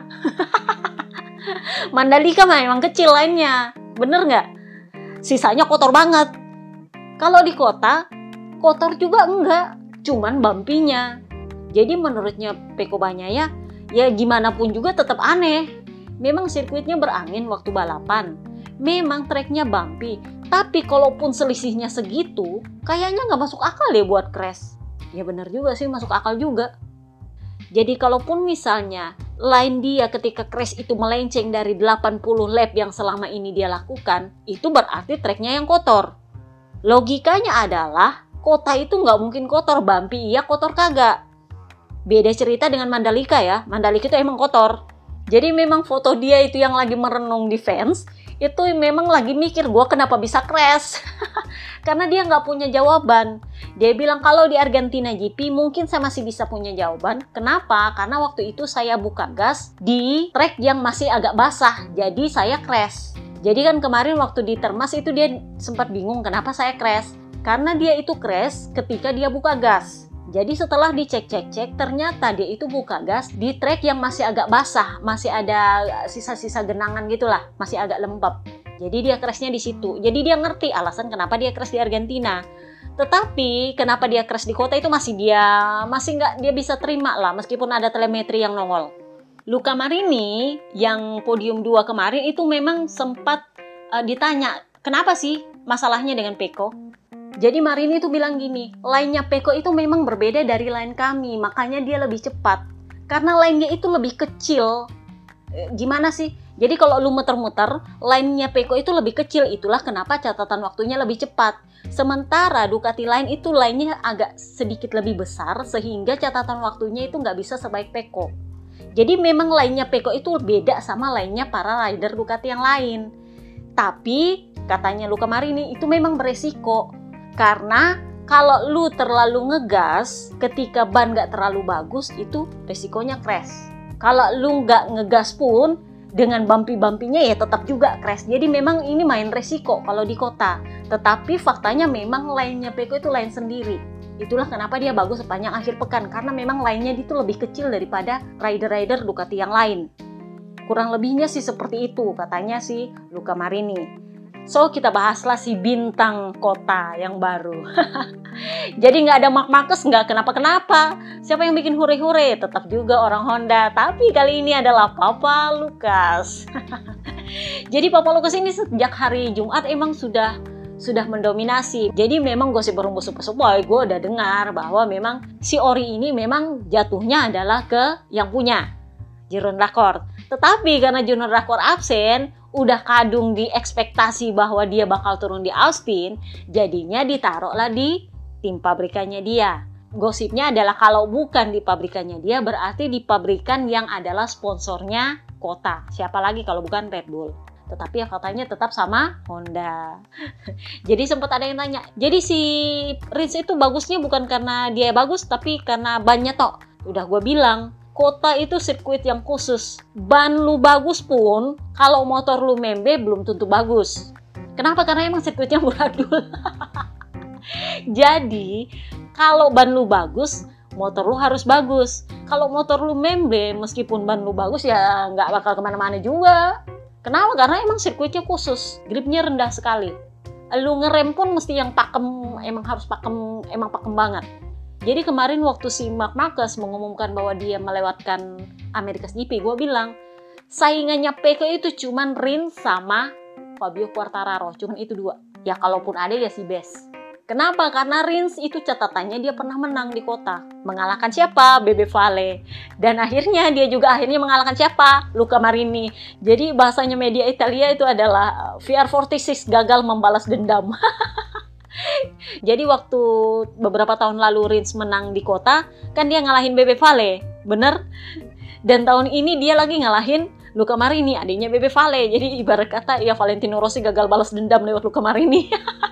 Mandalika mah emang kecil lainnya. Bener nggak? Sisanya kotor banget. Kalau di kota, kotor juga enggak. Cuman bumpy-nya. Jadi menurutnya Pecco Bagnaia, ya gimana pun juga tetap aneh. Memang sirkuitnya berangin waktu balapan. Memang treknya bumpy. Tapi kalaupun selisihnya segitu, kayaknya nggak masuk akal deh buat crash. Ya benar juga sih, masuk akal juga. Jadi kalaupun misalnya line dia ketika crash itu melenceng dari 80 lap yang selama ini dia lakukan, itu berarti treknya yang kotor. Logikanya adalah kota itu nggak mungkin kotor, bumpy iya kotor kagak. Beda cerita dengan Mandalika ya, Mandalika itu emang kotor. Jadi memang foto dia itu yang lagi merenung di fans, itu memang lagi mikir gue kenapa bisa crash. Karena dia nggak punya jawaban. Dia bilang kalau di Argentina GP mungkin saya masih bisa punya jawaban. Kenapa? Karena waktu itu saya buka gas di trek yang masih agak basah. Jadi saya crash. Jadi kan kemarin waktu di Termas itu dia sempat bingung kenapa saya crash. Karena dia itu crash ketika dia buka gas. Jadi setelah dicek-cek ternyata dia itu buka gas di trek yang masih agak basah. Masih ada sisa-sisa genangan gitulah. Masih agak lembab. Jadi dia crashnya di situ. Jadi dia ngerti alasan kenapa dia crash di Argentina. Tetapi kenapa dia crash di kota itu masih nggak dia bisa terima lah meskipun ada telemetri yang nongol. Luca Marini yang podium 2 kemarin itu memang sempat ditanya kenapa sih masalahnya dengan Pecco. Jadi Marini itu bilang gini, line-nya Pecco itu memang berbeda dari line kami, makanya dia lebih cepat. Karena line-nya itu lebih kecil. Gimana sih? Jadi kalau lu muter-muter, line-nya Pecco itu lebih kecil, itulah kenapa catatan waktunya lebih cepat. Sementara Ducati line itu line-nya agak sedikit lebih besar, sehingga catatan waktunya itu nggak bisa sebaik Pecco. Jadi memang line-nya Pecco itu beda sama line-nya para rider Ducati yang lain. Tapi, katanya Luca Marini, itu memang beresiko. Karena kalau lu terlalu ngegas, ketika ban nggak terlalu bagus, itu resikonya crash. Kalau lu nggak ngegas pun, dengan bumpy-bumpynya ya tetap juga crash. Jadi memang ini main resiko kalau di kota. Tetapi faktanya memang line-nya Pecco itu line sendiri. Itulah kenapa dia bagus sepanjang akhir pekan. Karena memang line-nya itu lebih kecil daripada rider-rider Ducati yang lain. Kurang lebihnya sih seperti itu, katanya si Luca Marini. So, kita bahaslah si bintang kota yang baru. Jadi nggak ada Marc Marquez, nggak kenapa-kenapa. Siapa yang bikin hure-hure? Tetap juga orang Honda. Tapi kali ini adalah Papa Lucas. Jadi Papa Lucas ini sejak hari Jumat emang sudah mendominasi. Jadi memang gosip berumbu super-super, gue udah dengar bahwa memang si Ori ini memang jatuhnya adalah ke yang punya Jeroen Rackort. Tetapi karena Jeroen Rackort absen, udah kadung di ekspektasi bahwa dia bakal turun di Austin, jadinya ditaruhlah di tim pabrikannya dia. Gosipnya adalah kalau bukan di pabrikannya dia, berarti di pabrikan yang adalah sponsornya kota. Siapa lagi kalau bukan Red Bull? Tetapi ya katanya tetap sama Honda. Jadi sempat ada yang tanya, jadi si Rins itu bagusnya bukan karena dia bagus, tapi karena bannya tok. Udah gue bilang, kota itu sirkuit yang khusus. Ban lu bagus pun, kalau motor lu membe belum tentu bagus. Kenapa? Karena emang sirkuitnya muradul. Jadi, kalau ban lu bagus, motor lu harus bagus. Kalau motor lu membe, meskipun ban lu bagus, ya nggak bakal kemana-mana juga. Kenapa? Karena emang sirkuitnya khusus. Gripnya rendah sekali. Lu ngerem pun mesti yang pakem, emang harus pakem, emang pakem banget. Jadi kemarin waktu si Marc Marquez mengumumkan bahwa dia melewatkan America's GP, gue bilang saingannya Pecco itu cuman Rins sama Fabio Quartararo, cuman itu dua. Ya kalaupun ada ya si Bes. Kenapa? Karena Rins itu catatannya dia pernah menang di kota. Mengalahkan siapa? Bebe Vale. Dan akhirnya dia juga mengalahkan siapa? Luca Marini. Jadi bahasanya media Italia itu adalah VR46 gagal membalas dendam. Jadi waktu beberapa tahun lalu Rins menang di kota, kan dia ngalahin Bebe Vale, bener? Dan tahun ini dia lagi ngalahin Luca Marini, adiknya Bebe Vale. Jadi ibarat kata ya Valentino Rossi gagal balas dendam lewat Luca Marini.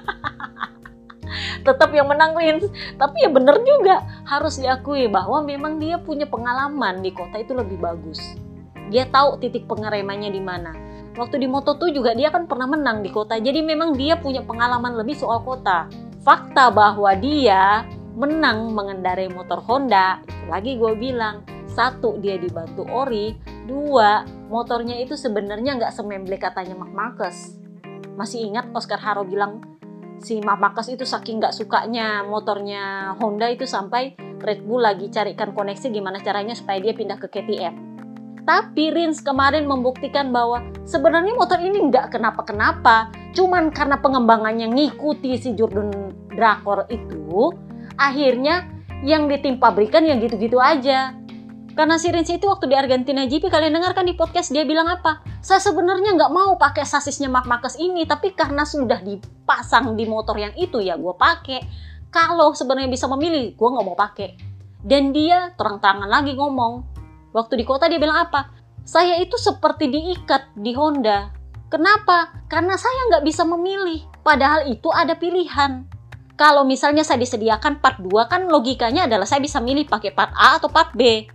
Tetap yang menang Rins. Tapi ya bener juga, harus diakui bahwa memang dia punya pengalaman di kota itu lebih bagus. Dia tahu titik pengeremannya di mana. Waktu di Moto2 juga dia kan pernah menang di kota. Jadi memang dia punya pengalaman lebih soal kota. Fakta bahwa dia menang mengendarai motor Honda, itu lagi gue bilang, satu, dia dibantu Ori. Dua, motornya itu sebenarnya nggak sememble katanya Marc Marquez. Masih ingat Oscar Haro bilang si Marc Marquez itu saking nggak sukanya motornya Honda itu sampai Red Bull lagi carikan koneksi gimana caranya supaya dia pindah ke KTM. Tapi Rins kemarin membuktikan bahwa sebenarnya motor ini nggak kenapa-kenapa. Cuman karena pengembangannya ngikuti si Jeroen Rackort itu, akhirnya yang di tim pabrikan yang gitu-gitu aja. Karena si Rins itu waktu di Argentina GP, kalian dengarkan di podcast, dia bilang apa? Saya sebenarnya nggak mau pakai sasisnya Marc Marquez ini, tapi karena sudah dipasang di motor yang itu ya gue pakai. Kalau sebenarnya bisa memilih, gue nggak mau pakai. Dan dia terang-terangan lagi ngomong. Waktu di kota dia bilang apa? Saya itu seperti diikat di Honda. Kenapa? Karena saya nggak bisa memilih. Padahal itu ada pilihan. Kalau misalnya saya disediakan part 2, kan logikanya adalah saya bisa milih pakai part A atau part B.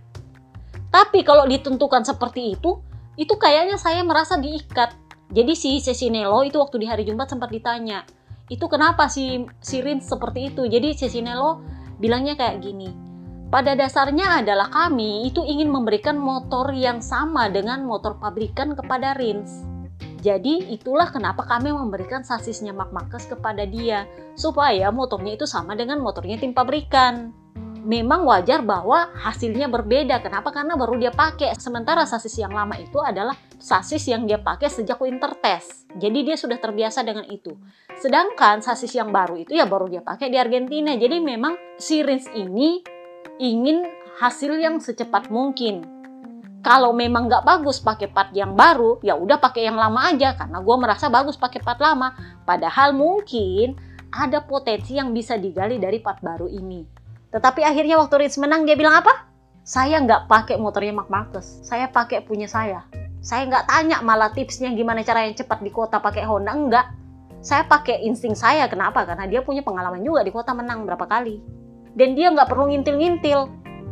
Tapi kalau ditentukan seperti itu kayaknya saya merasa diikat. Jadi si Cesinello itu waktu di hari Jumat sempat ditanya, itu kenapa si Rins seperti itu? Jadi Cesinello bilangnya kayak gini. Pada dasarnya adalah kami itu ingin memberikan motor yang sama dengan motor pabrikan kepada Rins. Jadi itulah kenapa kami memberikan sasisnya Marc Marquez kepada dia. Supaya motornya itu sama dengan motornya tim pabrikan. Memang wajar bahwa hasilnya berbeda. Kenapa? Karena baru dia pakai. Sementara sasis yang lama itu adalah sasis yang dia pakai sejak winter test. Jadi dia sudah terbiasa dengan itu. Sedangkan sasis yang baru itu ya baru dia pakai di Argentina. Jadi memang si Rins ini ingin hasil yang secepat mungkin. Kalau memang nggak bagus pakai part yang baru, ya udah pakai yang lama aja. Karena gue merasa bagus pakai part lama. Padahal mungkin ada potensi yang bisa digali dari part baru ini. Tetapi akhirnya waktu Rins menang dia bilang apa? Saya nggak pakai motornya Marc Marquez. Saya pakai punya saya. Saya nggak tanya malah tipsnya gimana cara yang cepat di kota pakai Honda. Enggak. Saya pakai insting saya. Kenapa? Karena dia punya pengalaman juga di kota menang berapa kali. Dan dia nggak perlu ngintil-ngintil.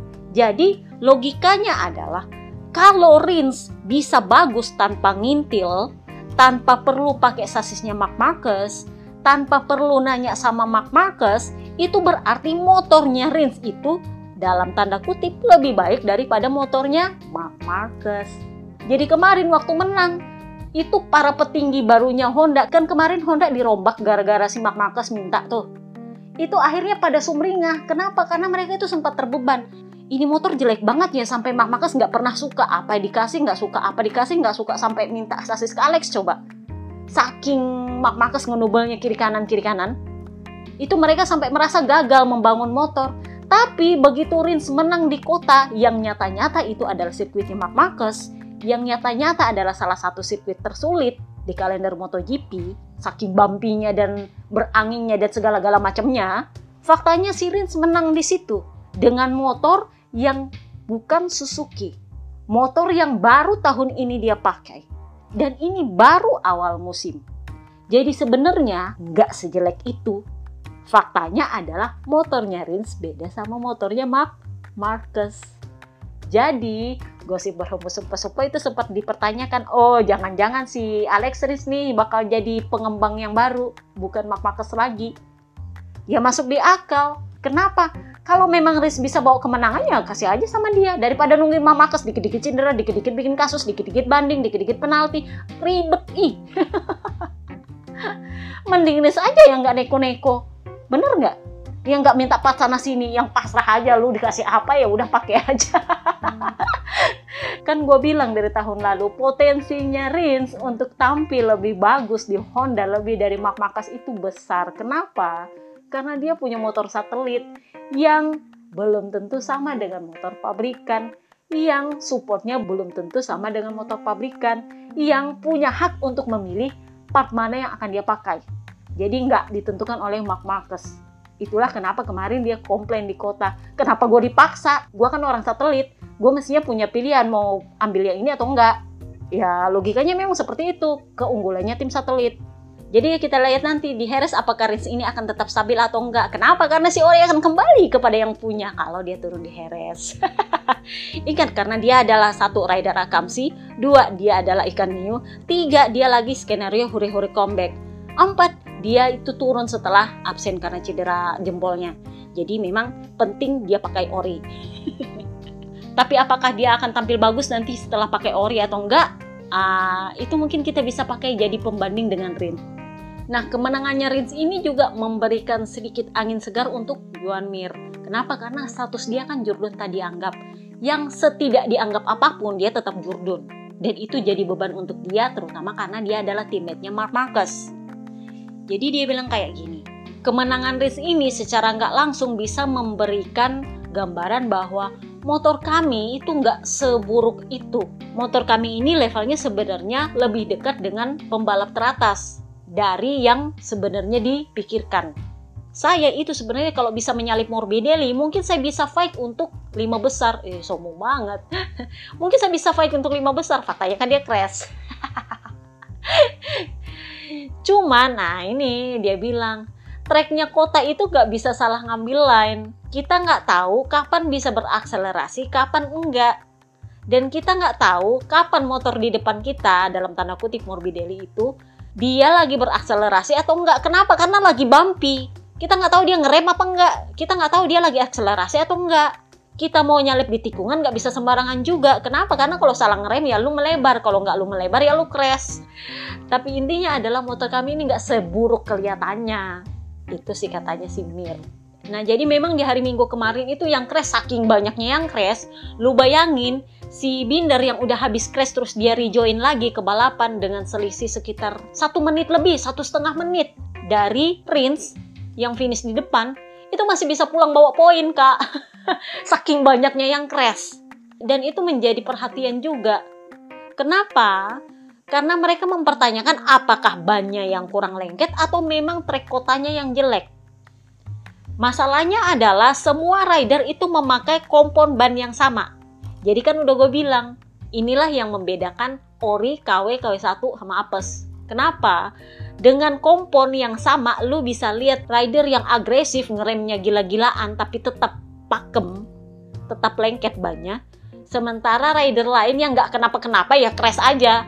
Jadi logikanya adalah kalau Rins bisa bagus tanpa ngintil, tanpa perlu pakai sasisnya Marc Marquez, tanpa perlu nanya sama Marc Marquez, itu berarti motornya Rins itu dalam tanda kutip lebih baik daripada motornya Marc Marquez. Jadi kemarin waktu menang, itu para petinggi barunya Honda, kan kemarin Honda dirombak gara-gara si Marc Marquez minta tuh. Itu akhirnya pada sumringah. Kenapa? Karena mereka itu sempat terbeban. Ini motor jelek banget ya, sampai Marc Marquez nggak pernah suka. Apa dikasih nggak suka, apa dikasih nggak suka, sampai minta sasis ke Alex coba. Saking Marc Marquez ngenubelnya kiri kanan, itu mereka sampai merasa gagal membangun motor. Tapi begitu Rins menang di kota yang nyata-nyata itu adalah sirkuitnya Marc Marquez, yang nyata-nyata adalah salah satu sirkuit tersulit di kalender MotoGP, saking bumpy-nya dan beranginnya dan segala-gala macamnya, faktanya si Rins menang di situ dengan motor yang bukan Suzuki, motor yang baru tahun ini dia pakai, dan ini baru awal musim. Jadi sebenarnya nggak sejelek itu. Faktanya adalah motornya Rins beda sama motornya Marc Marquez. Jadi gosip berhembus-hembus itu sempat dipertanyakan, oh jangan-jangan si Alex Rins nih bakal jadi pengembang yang baru, bukan Marc Marquez lagi. Ya masuk di akal. Kenapa? Kalau memang Rins bisa bawa kemenangannya, kasih aja sama dia. Daripada nungguin Marc Marquez dikit-dikit cedera, dikit-dikit bikin kasus, dikit-dikit banding, dikit-dikit penalti. Ribet, Mending Rins aja yang nggak neko-neko. Bener nggak? Yang nggak minta plat sana sini, yang pasrah aja, lu dikasih apa ya udah pakai aja. Kan gue bilang dari tahun lalu, potensinya Rins untuk tampil lebih bagus di Honda lebih dari Marc Marquez itu besar. Kenapa? Karena dia punya motor satelit yang belum tentu sama dengan motor pabrikan, yang supportnya belum tentu sama dengan motor pabrikan, yang punya hak untuk memilih part mana yang akan dia pakai. Jadi nggak ditentukan oleh Marc Marquez. Itulah kenapa kemarin dia komplain di kota. Kenapa gue dipaksa? Gue kan orang satelit. Gue mestinya punya pilihan mau ambil yang ini atau enggak. Ya logikanya memang seperti itu. Keunggulannya tim satelit. Jadi kita lihat nanti di Jerez apakah Rins ini akan tetap stabil atau enggak. Kenapa? Karena si Ori akan kembali kepada yang punya kalau dia turun di Jerez. Ingat, karena dia adalah 1 rider akamsi, 2 dia adalah ikan hiu, 3 dia lagi skenario huri-huri comeback, 4 dia itu turun setelah absen karena cedera jempolnya. Jadi memang penting dia pakai ori. Tapi apakah dia akan tampil bagus nanti setelah pakai ori atau enggak? Itu mungkin kita bisa pakai jadi pembanding dengan Rins. Nah, kemenangannya Rins ini juga memberikan sedikit angin segar untuk Joan Mir. Kenapa? Karena status dia kan jurdun tadi anggap. Yang setidak dianggap apapun dia tetap jurdun. Dan itu jadi beban untuk dia, terutama karena dia adalah teammate-nya Marc Marquez. Jadi dia bilang kayak gini, kemenangan Rins ini secara nggak langsung bisa memberikan gambaran bahwa motor kami itu nggak seburuk itu. Motor kami ini levelnya sebenarnya lebih dekat dengan pembalap teratas dari yang sebenarnya dipikirkan. Saya itu sebenarnya kalau bisa menyalip Morbidelli, mungkin saya bisa fight untuk 5 besar. Sombong banget. Mungkin saya bisa fight untuk 5 besar, faktanya kan dia crash. Cuman, nah ini dia bilang, treknya kota itu gak bisa salah ngambil line. Kita gak tahu kapan bisa berakselerasi, kapan enggak. Dan kita gak tahu kapan motor di depan kita, dalam tanda kutip Morbidelli itu, dia lagi berakselerasi atau enggak. Kenapa? Karena lagi bumpy. Kita gak tahu dia ngerem apa enggak. Kita gak tahu dia lagi akselerasi atau enggak. Kita mau nyalip di tikungan gak bisa sembarangan juga. Kenapa? Karena kalau salah ngerem ya lu melebar. Kalau nggak lu melebar ya lu crash. Tapi intinya adalah motor kami ini nggak seburuk kelihatannya. Itu sih katanya si Mir. Nah jadi memang di hari Minggu kemarin itu yang crash, saking banyaknya yang crash. Lu bayangin si Binder yang udah habis crash terus dia rejoin lagi ke balapan dengan selisih sekitar 1 menit lebih, 1,5 menit dari Rins yang finish di depan. Itu masih bisa pulang bawa poin, Kak. Saking banyaknya yang crash. Dan itu menjadi perhatian juga. Kenapa? Karena mereka mempertanyakan apakah bannya yang kurang lengket atau memang trek kotanya yang jelek. Masalahnya adalah semua rider itu memakai kompon ban yang sama. Jadi kan udah gue bilang, inilah yang membedakan Ori, KW, KW1 sama Apes. Kenapa? Dengan kompon yang sama, lu bisa lihat rider yang agresif, ngeremnya gila-gilaan, tapi tetap pakem, tetap lengket bannya. Sementara rider lain yang nggak kenapa-kenapa ya crash aja.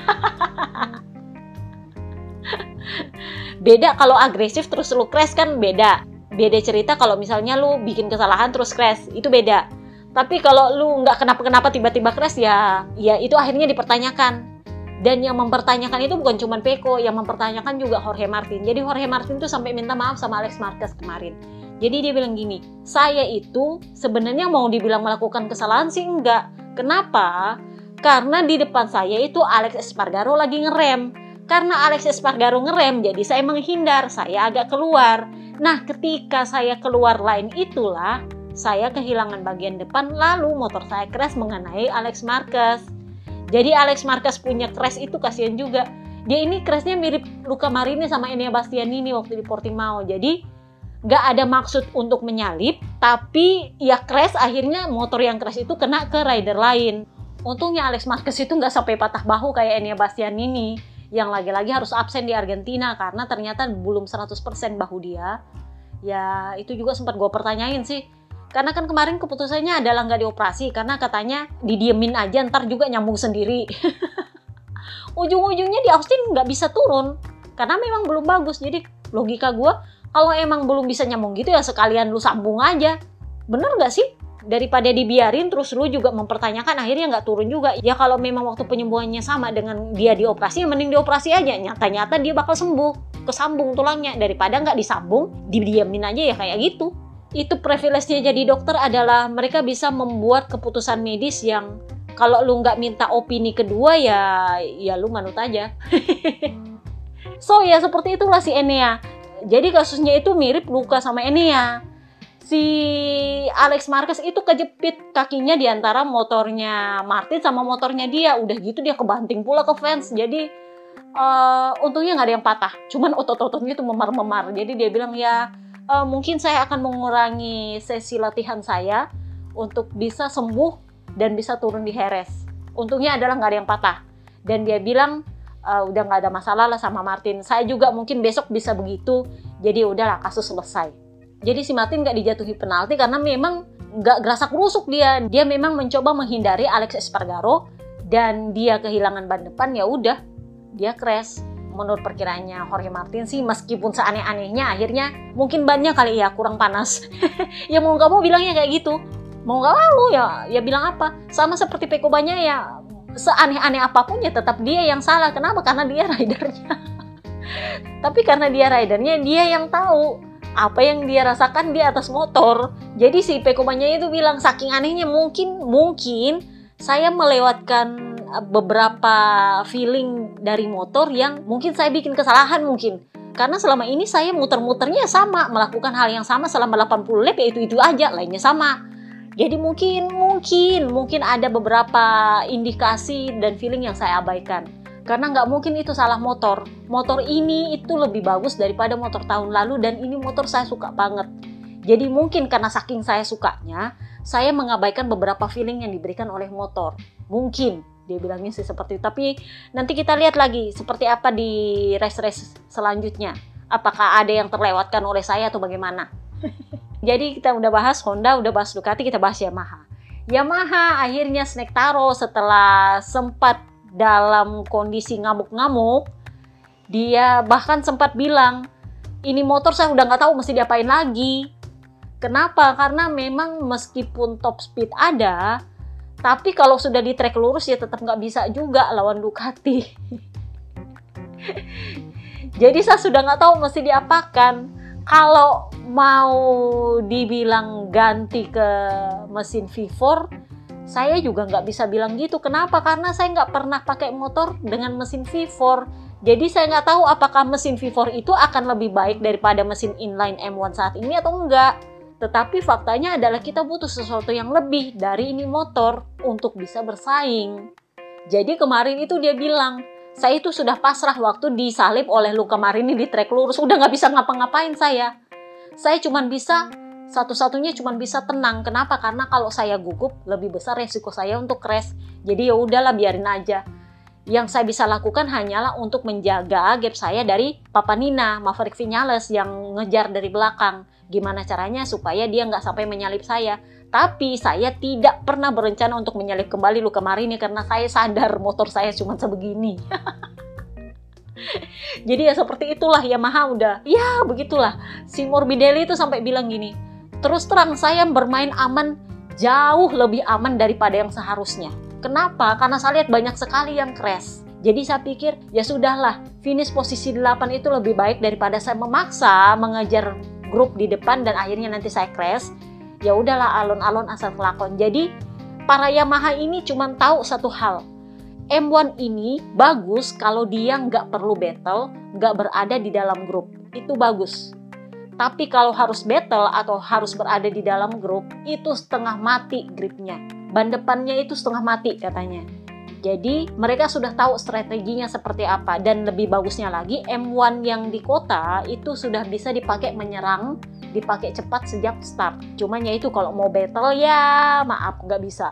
Beda kalau agresif terus lu crash kan beda. Beda cerita kalau misalnya lu bikin kesalahan terus crash, itu beda. Tapi kalau lu nggak kenapa-kenapa tiba-tiba crash ya itu akhirnya dipertanyakan. Dan yang mempertanyakan itu bukan cuma Peko, yang mempertanyakan juga Jorge Martin. Jadi Jorge Martin tuh sampai minta maaf sama Alex Marquez kemarin. Jadi dia bilang gini, saya itu sebenarnya mau dibilang melakukan kesalahan sih enggak. Kenapa? Karena di depan saya itu Alex Espargaro lagi ngerem. Karena Alex Espargaro ngerem, jadi saya menghindar, saya agak keluar. Nah, ketika saya keluar lane itulah, saya kehilangan bagian depan, lalu motor saya crash mengenai Alex Marquez. Jadi Alex Marquez punya crash itu kasihan juga. Dia ini crashnya mirip Luca Marini sama Enea Bastianini waktu di Portimao. Jadi nggak ada maksud untuk menyalip, tapi ya crash, akhirnya motor yang crash itu kena ke rider lain. Untungnya Alex Marquez itu nggak sampai patah bahu kayak Enea Bastianini yang lagi-lagi harus absen di Argentina karena ternyata belum 100% bahu dia. Ya itu juga sempat gue pertanyain sih. Karena kan kemarin keputusannya adalah nggak dioperasi karena katanya didiemin aja ntar juga nyambung sendiri. Ujung-ujungnya di Austin nggak bisa turun karena memang belum bagus. Jadi logika gue, kalau emang belum bisa nyambung gitu ya sekalian lu sambung aja. Bener nggak sih? Daripada dibiarin terus lu juga mempertanyakan akhirnya nggak turun juga. Ya kalau memang waktu penyembuhannya sama dengan dia dioperasi, ya mending dioperasi aja. Nyata-nyata dia bakal sembuh, kesambung tulangnya. Daripada nggak disambung, didiemin aja ya kayak gitu. Itu privilege-nya jadi dokter adalah mereka bisa membuat keputusan medis yang kalau lu nggak minta opini kedua ya lu manut aja. So ya seperti itulah si Enea. Jadi kasusnya itu mirip Luca sama Enea. Si Alex Marquez itu kejepit kakinya di antara motornya Martin sama motornya dia. Udah gitu dia kebanting pula ke fans. Jadi untungnya nggak ada yang patah. Cuman otot-ototnya itu memar-memar. Jadi dia bilang ya mungkin saya akan mengurangi sesi latihan saya untuk bisa sembuh dan bisa turun di Jerez. Untungnya adalah nggak ada yang patah. Dan dia bilang udah nggak ada masalah lah sama Martin. Saya juga mungkin besok bisa begitu. Jadi udahlah kasus selesai. Jadi si Martin nggak dijatuhi penalti karena memang nggak gerasak rusuk dia. Dia memang mencoba menghindari Alex Espargaro dan dia kehilangan ban depan, ya udah dia crash. Menurut perkiraannya Jorge Martin sih meskipun seaneh-anehnya akhirnya mungkin bannya kali ya kurang panas. Ya mau nggak mau bilangnya kayak gitu. Mau nggak mau ya bilang apa. Sama seperti Peko bannya ya seaneh-aneh apapun ya tetap dia yang salah. Kenapa? Karena dia ridernya. Tapi karena dia ridernya dia yang tahu apa yang dia rasakan di atas motor. Jadi si Peko bannya itu bilang saking anehnya mungkin saya melewatkan beberapa feeling dari motor yang mungkin saya bikin kesalahan mungkin. Karena selama ini saya muter-muternya sama, melakukan hal yang sama selama 80 lap ya itu aja, lainnya sama. Jadi mungkin ada beberapa indikasi dan feeling yang saya abaikan. Karena nggak mungkin itu salah motor. Motor ini itu lebih bagus daripada motor tahun lalu dan ini motor saya suka banget. Jadi mungkin karena saking saya sukanya, saya mengabaikan beberapa feeling yang diberikan oleh motor. Mungkin. Dia bilangnya sih seperti itu. Tapi nanti kita lihat lagi seperti apa di race-race selanjutnya. Apakah ada yang terlewatkan oleh saya atau bagaimana. Jadi kita udah bahas Honda, udah bahas Ducati, kita bahas Yamaha. Yamaha akhirnya Snake Taro setelah sempat dalam kondisi ngamuk-ngamuk. Dia bahkan sempat bilang, ini motor saya udah nggak tahu mesti diapain lagi. Kenapa? Karena memang meskipun top speed ada, tapi kalau sudah di trek lurus ya tetap nggak bisa juga lawan Ducati. Jadi saya sudah nggak tahu mesti diapakan. Kalau mau dibilang ganti ke mesin V4, saya juga nggak bisa bilang gitu. Kenapa? Karena saya nggak pernah pakai motor dengan mesin V4. Jadi saya nggak tahu apakah mesin V4 itu akan lebih baik daripada mesin inline M1 saat ini atau enggak. Tetapi faktanya adalah kita butuh sesuatu yang lebih dari ini motor untuk bisa bersaing. Jadi kemarin itu dia bilang, saya itu sudah pasrah waktu disalip oleh Luca Marini di trek lurus. Udah nggak bisa ngapa-ngapain saya. Saya cuma bisa, satu-satunya cuma bisa tenang. Kenapa? Karena kalau saya gugup, lebih besar resiko saya untuk crash. Jadi ya udahlah biarin aja. Yang saya bisa lakukan hanyalah untuk menjaga gap saya dari Papanina, Maverick Vinales yang ngejar dari belakang. Gimana caranya supaya dia nggak sampai menyalip saya. Tapi saya tidak pernah berencana untuk menyalip kembali Luca Marini karena saya sadar motor saya cuma sebegini. Jadi ya seperti itulah Yamaha udah. Ya begitulah. Si Morbidelli itu sampai bilang gini, terus terang saya bermain aman jauh lebih aman daripada yang seharusnya. Kenapa? Karena saya lihat banyak sekali yang crash. Jadi saya pikir ya sudahlah, finish posisi 8 itu lebih baik daripada saya memaksa mengejar grup di depan dan akhirnya nanti saya crash. Ya udahlah, alon-alon asal kelakon. Jadi para Yamaha ini cuma tahu satu hal. M1 ini bagus kalau dia nggak perlu battle, nggak berada di dalam grup. Itu bagus. Tapi kalau harus battle atau harus berada di dalam grup, itu setengah mati gripnya. Ban depannya itu setengah mati katanya. Jadi mereka sudah tahu strateginya seperti apa. Dan lebih bagusnya lagi, M1 yang di kota itu sudah bisa dipakai menyerang, dipakai cepat sejak start. Cuman ya itu kalau mau battle ya maaf nggak bisa.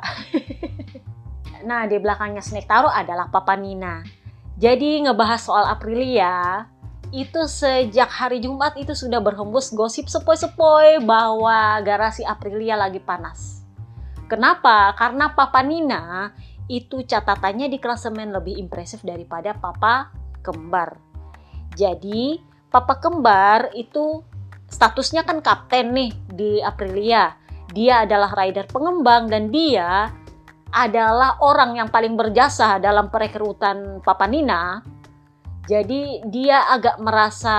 Nah, di belakangnya Snake Taro adalah Papa Nina. Jadi ngebahas soal Aprilia, itu sejak hari Jumat itu sudah berhembus gosip sepoi-sepoi bahwa garasi Aprilia lagi panas. Kenapa? Karena Papa Nina itu catatannya di klasemen lebih impresif daripada Papa Kembar. Jadi Papa Kembar itu statusnya kan kapten nih di Aprilia. Dia adalah rider pengembang dan dia adalah orang yang paling berjasa dalam perekrutan Papa Nina. Jadi dia agak merasa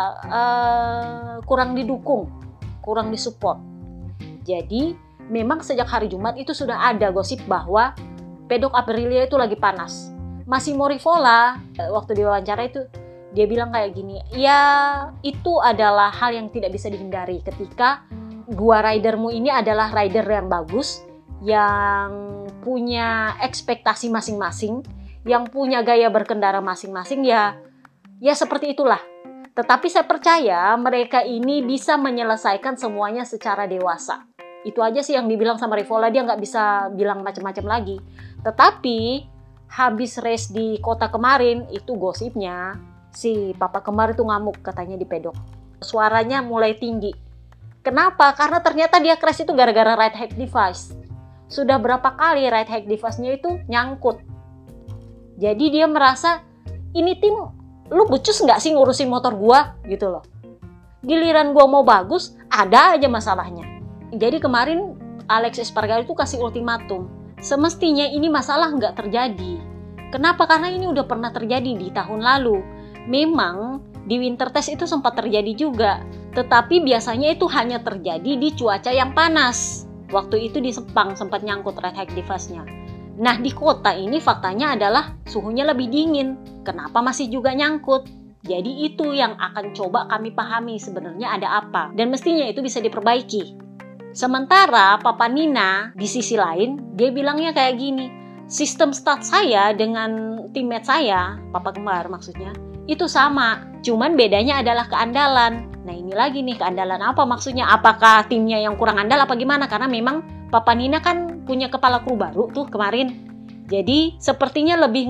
kurang didukung, kurang disupport. Jadi memang sejak hari Jumat itu sudah ada gosip bahwa pedok Aprilia itu lagi panas. Massimo Rivola waktu diwawancara itu dia bilang kayak gini, ya itu adalah hal yang tidak bisa dihindari ketika dua ridermu ini adalah rider yang bagus, yang punya ekspektasi masing-masing, yang punya gaya berkendara masing-masing, ya seperti itulah. Tetapi saya percaya mereka ini bisa menyelesaikan semuanya secara dewasa. Itu aja sih yang dibilang sama Rivola, dia nggak bisa bilang macam-macam lagi. Tetapi habis race di kota kemarin itu gosipnya si Papa Kembar itu ngamuk katanya di pedok. Suaranya mulai tinggi. Kenapa? Karena ternyata dia crash itu gara-gara ride hack device. Sudah berapa kali ride hack device-nya itu nyangkut. Jadi dia merasa, ini tim, lu becus nggak sih ngurusin motor gua? Gitu loh. Giliran gua mau bagus, ada aja masalahnya. Jadi kemarin Alex Espargaro itu kasih ultimatum. Semestinya ini masalah nggak terjadi. Kenapa? Karena ini udah pernah terjadi di tahun lalu. Memang di winter test itu sempat terjadi juga. Tetapi biasanya itu hanya terjadi di cuaca yang panas. Waktu itu di Sepang sempat nyangkut ride hack device-nya. Nah di kota ini faktanya adalah suhunya lebih dingin. Kenapa masih juga nyangkut? Jadi itu yang akan coba kami pahami sebenarnya ada apa. Dan mestinya itu bisa diperbaiki. Sementara Papa Nina di sisi lain dia bilangnya kayak gini. Sistem start saya dengan teammate saya, Papa Kembar maksudnya, itu sama. Cuman bedanya adalah keandalan. Nah ini lagi nih, keandalan apa maksudnya? Apakah timnya yang kurang andal apa gimana? Karena memang Papa Nina kan punya kepala kru baru tuh kemarin. Jadi sepertinya lebih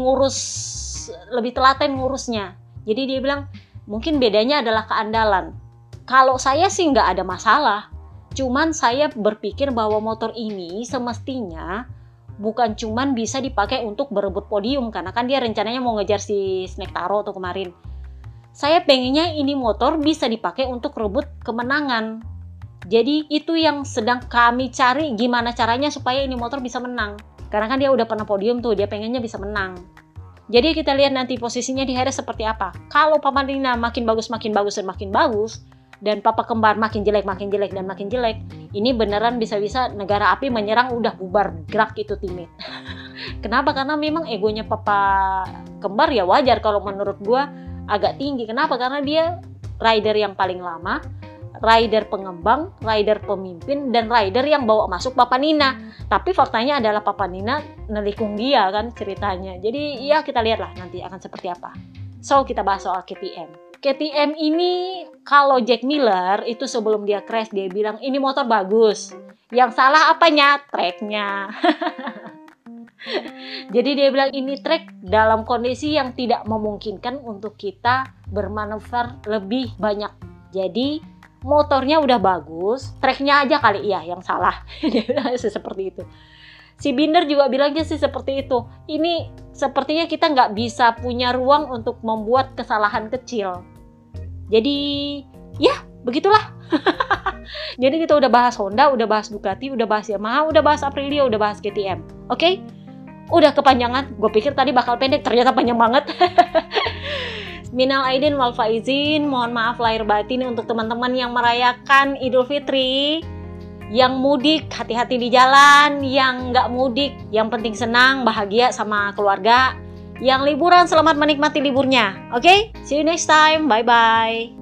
telaten ngurusnya. Jadi dia bilang mungkin bedanya adalah keandalan. Kalau saya sih nggak ada masalah. Cuman saya berpikir bahwa motor ini semestinya bukan cuman bisa dipakai untuk berebut podium. Karena kan dia rencananya mau ngejar si Snake Taro tuh kemarin. Saya pengennya ini motor bisa dipakai untuk rebut kemenangan. Jadi itu yang sedang kami cari, gimana caranya supaya ini motor bisa menang. Karena kan dia udah pernah podium tuh, dia pengennya bisa menang. Jadi kita lihat nanti posisinya di Jerez seperti apa. Kalau Papa Nina makin bagus, dan Papa Kembar makin jelek, ini beneran bisa-bisa negara api menyerang, udah bubar gerak itu teammate. Kenapa? Karena memang egonya Papa Kembar ya wajar kalau menurut gua agak tinggi. Kenapa? Karena dia rider yang paling lama, rider pengembang, rider pemimpin, dan rider yang bawa masuk Papa Nina. Tapi faktanya adalah Papa Nina nelikung dia kan ceritanya. Jadi ya kita lihatlah nanti akan seperti apa. So kita bahas soal KTM. KTM ini kalau Jack Miller itu sebelum dia crash dia bilang ini motor bagus. Yang salah apanya? Tracknya. Jadi dia bilang ini track dalam kondisi yang tidak memungkinkan untuk kita bermanuver lebih banyak. Jadi motornya udah bagus, tracknya aja kali iya yang salah. Dia bilang seperti itu. Si Binder juga bilangnya sih seperti itu. Ini sepertinya kita nggak bisa punya ruang untuk membuat kesalahan kecil. Jadi ya Begitulah. Jadi kita udah bahas Honda, udah bahas Ducati, udah bahas Yamaha, udah bahas Aprilia, udah bahas KTM. Oke? Udah kepanjangan. Gue pikir tadi bakal pendek, ternyata panjang banget. Minal aidin wal faizin. Mohon maaf lahir batin untuk teman-teman yang merayakan Idul Fitri. Yang mudik, hati-hati di jalan. Yang nggak mudik, yang penting senang, bahagia sama keluarga. Yang liburan, selamat menikmati liburnya. Oke? See you next time. Bye-bye.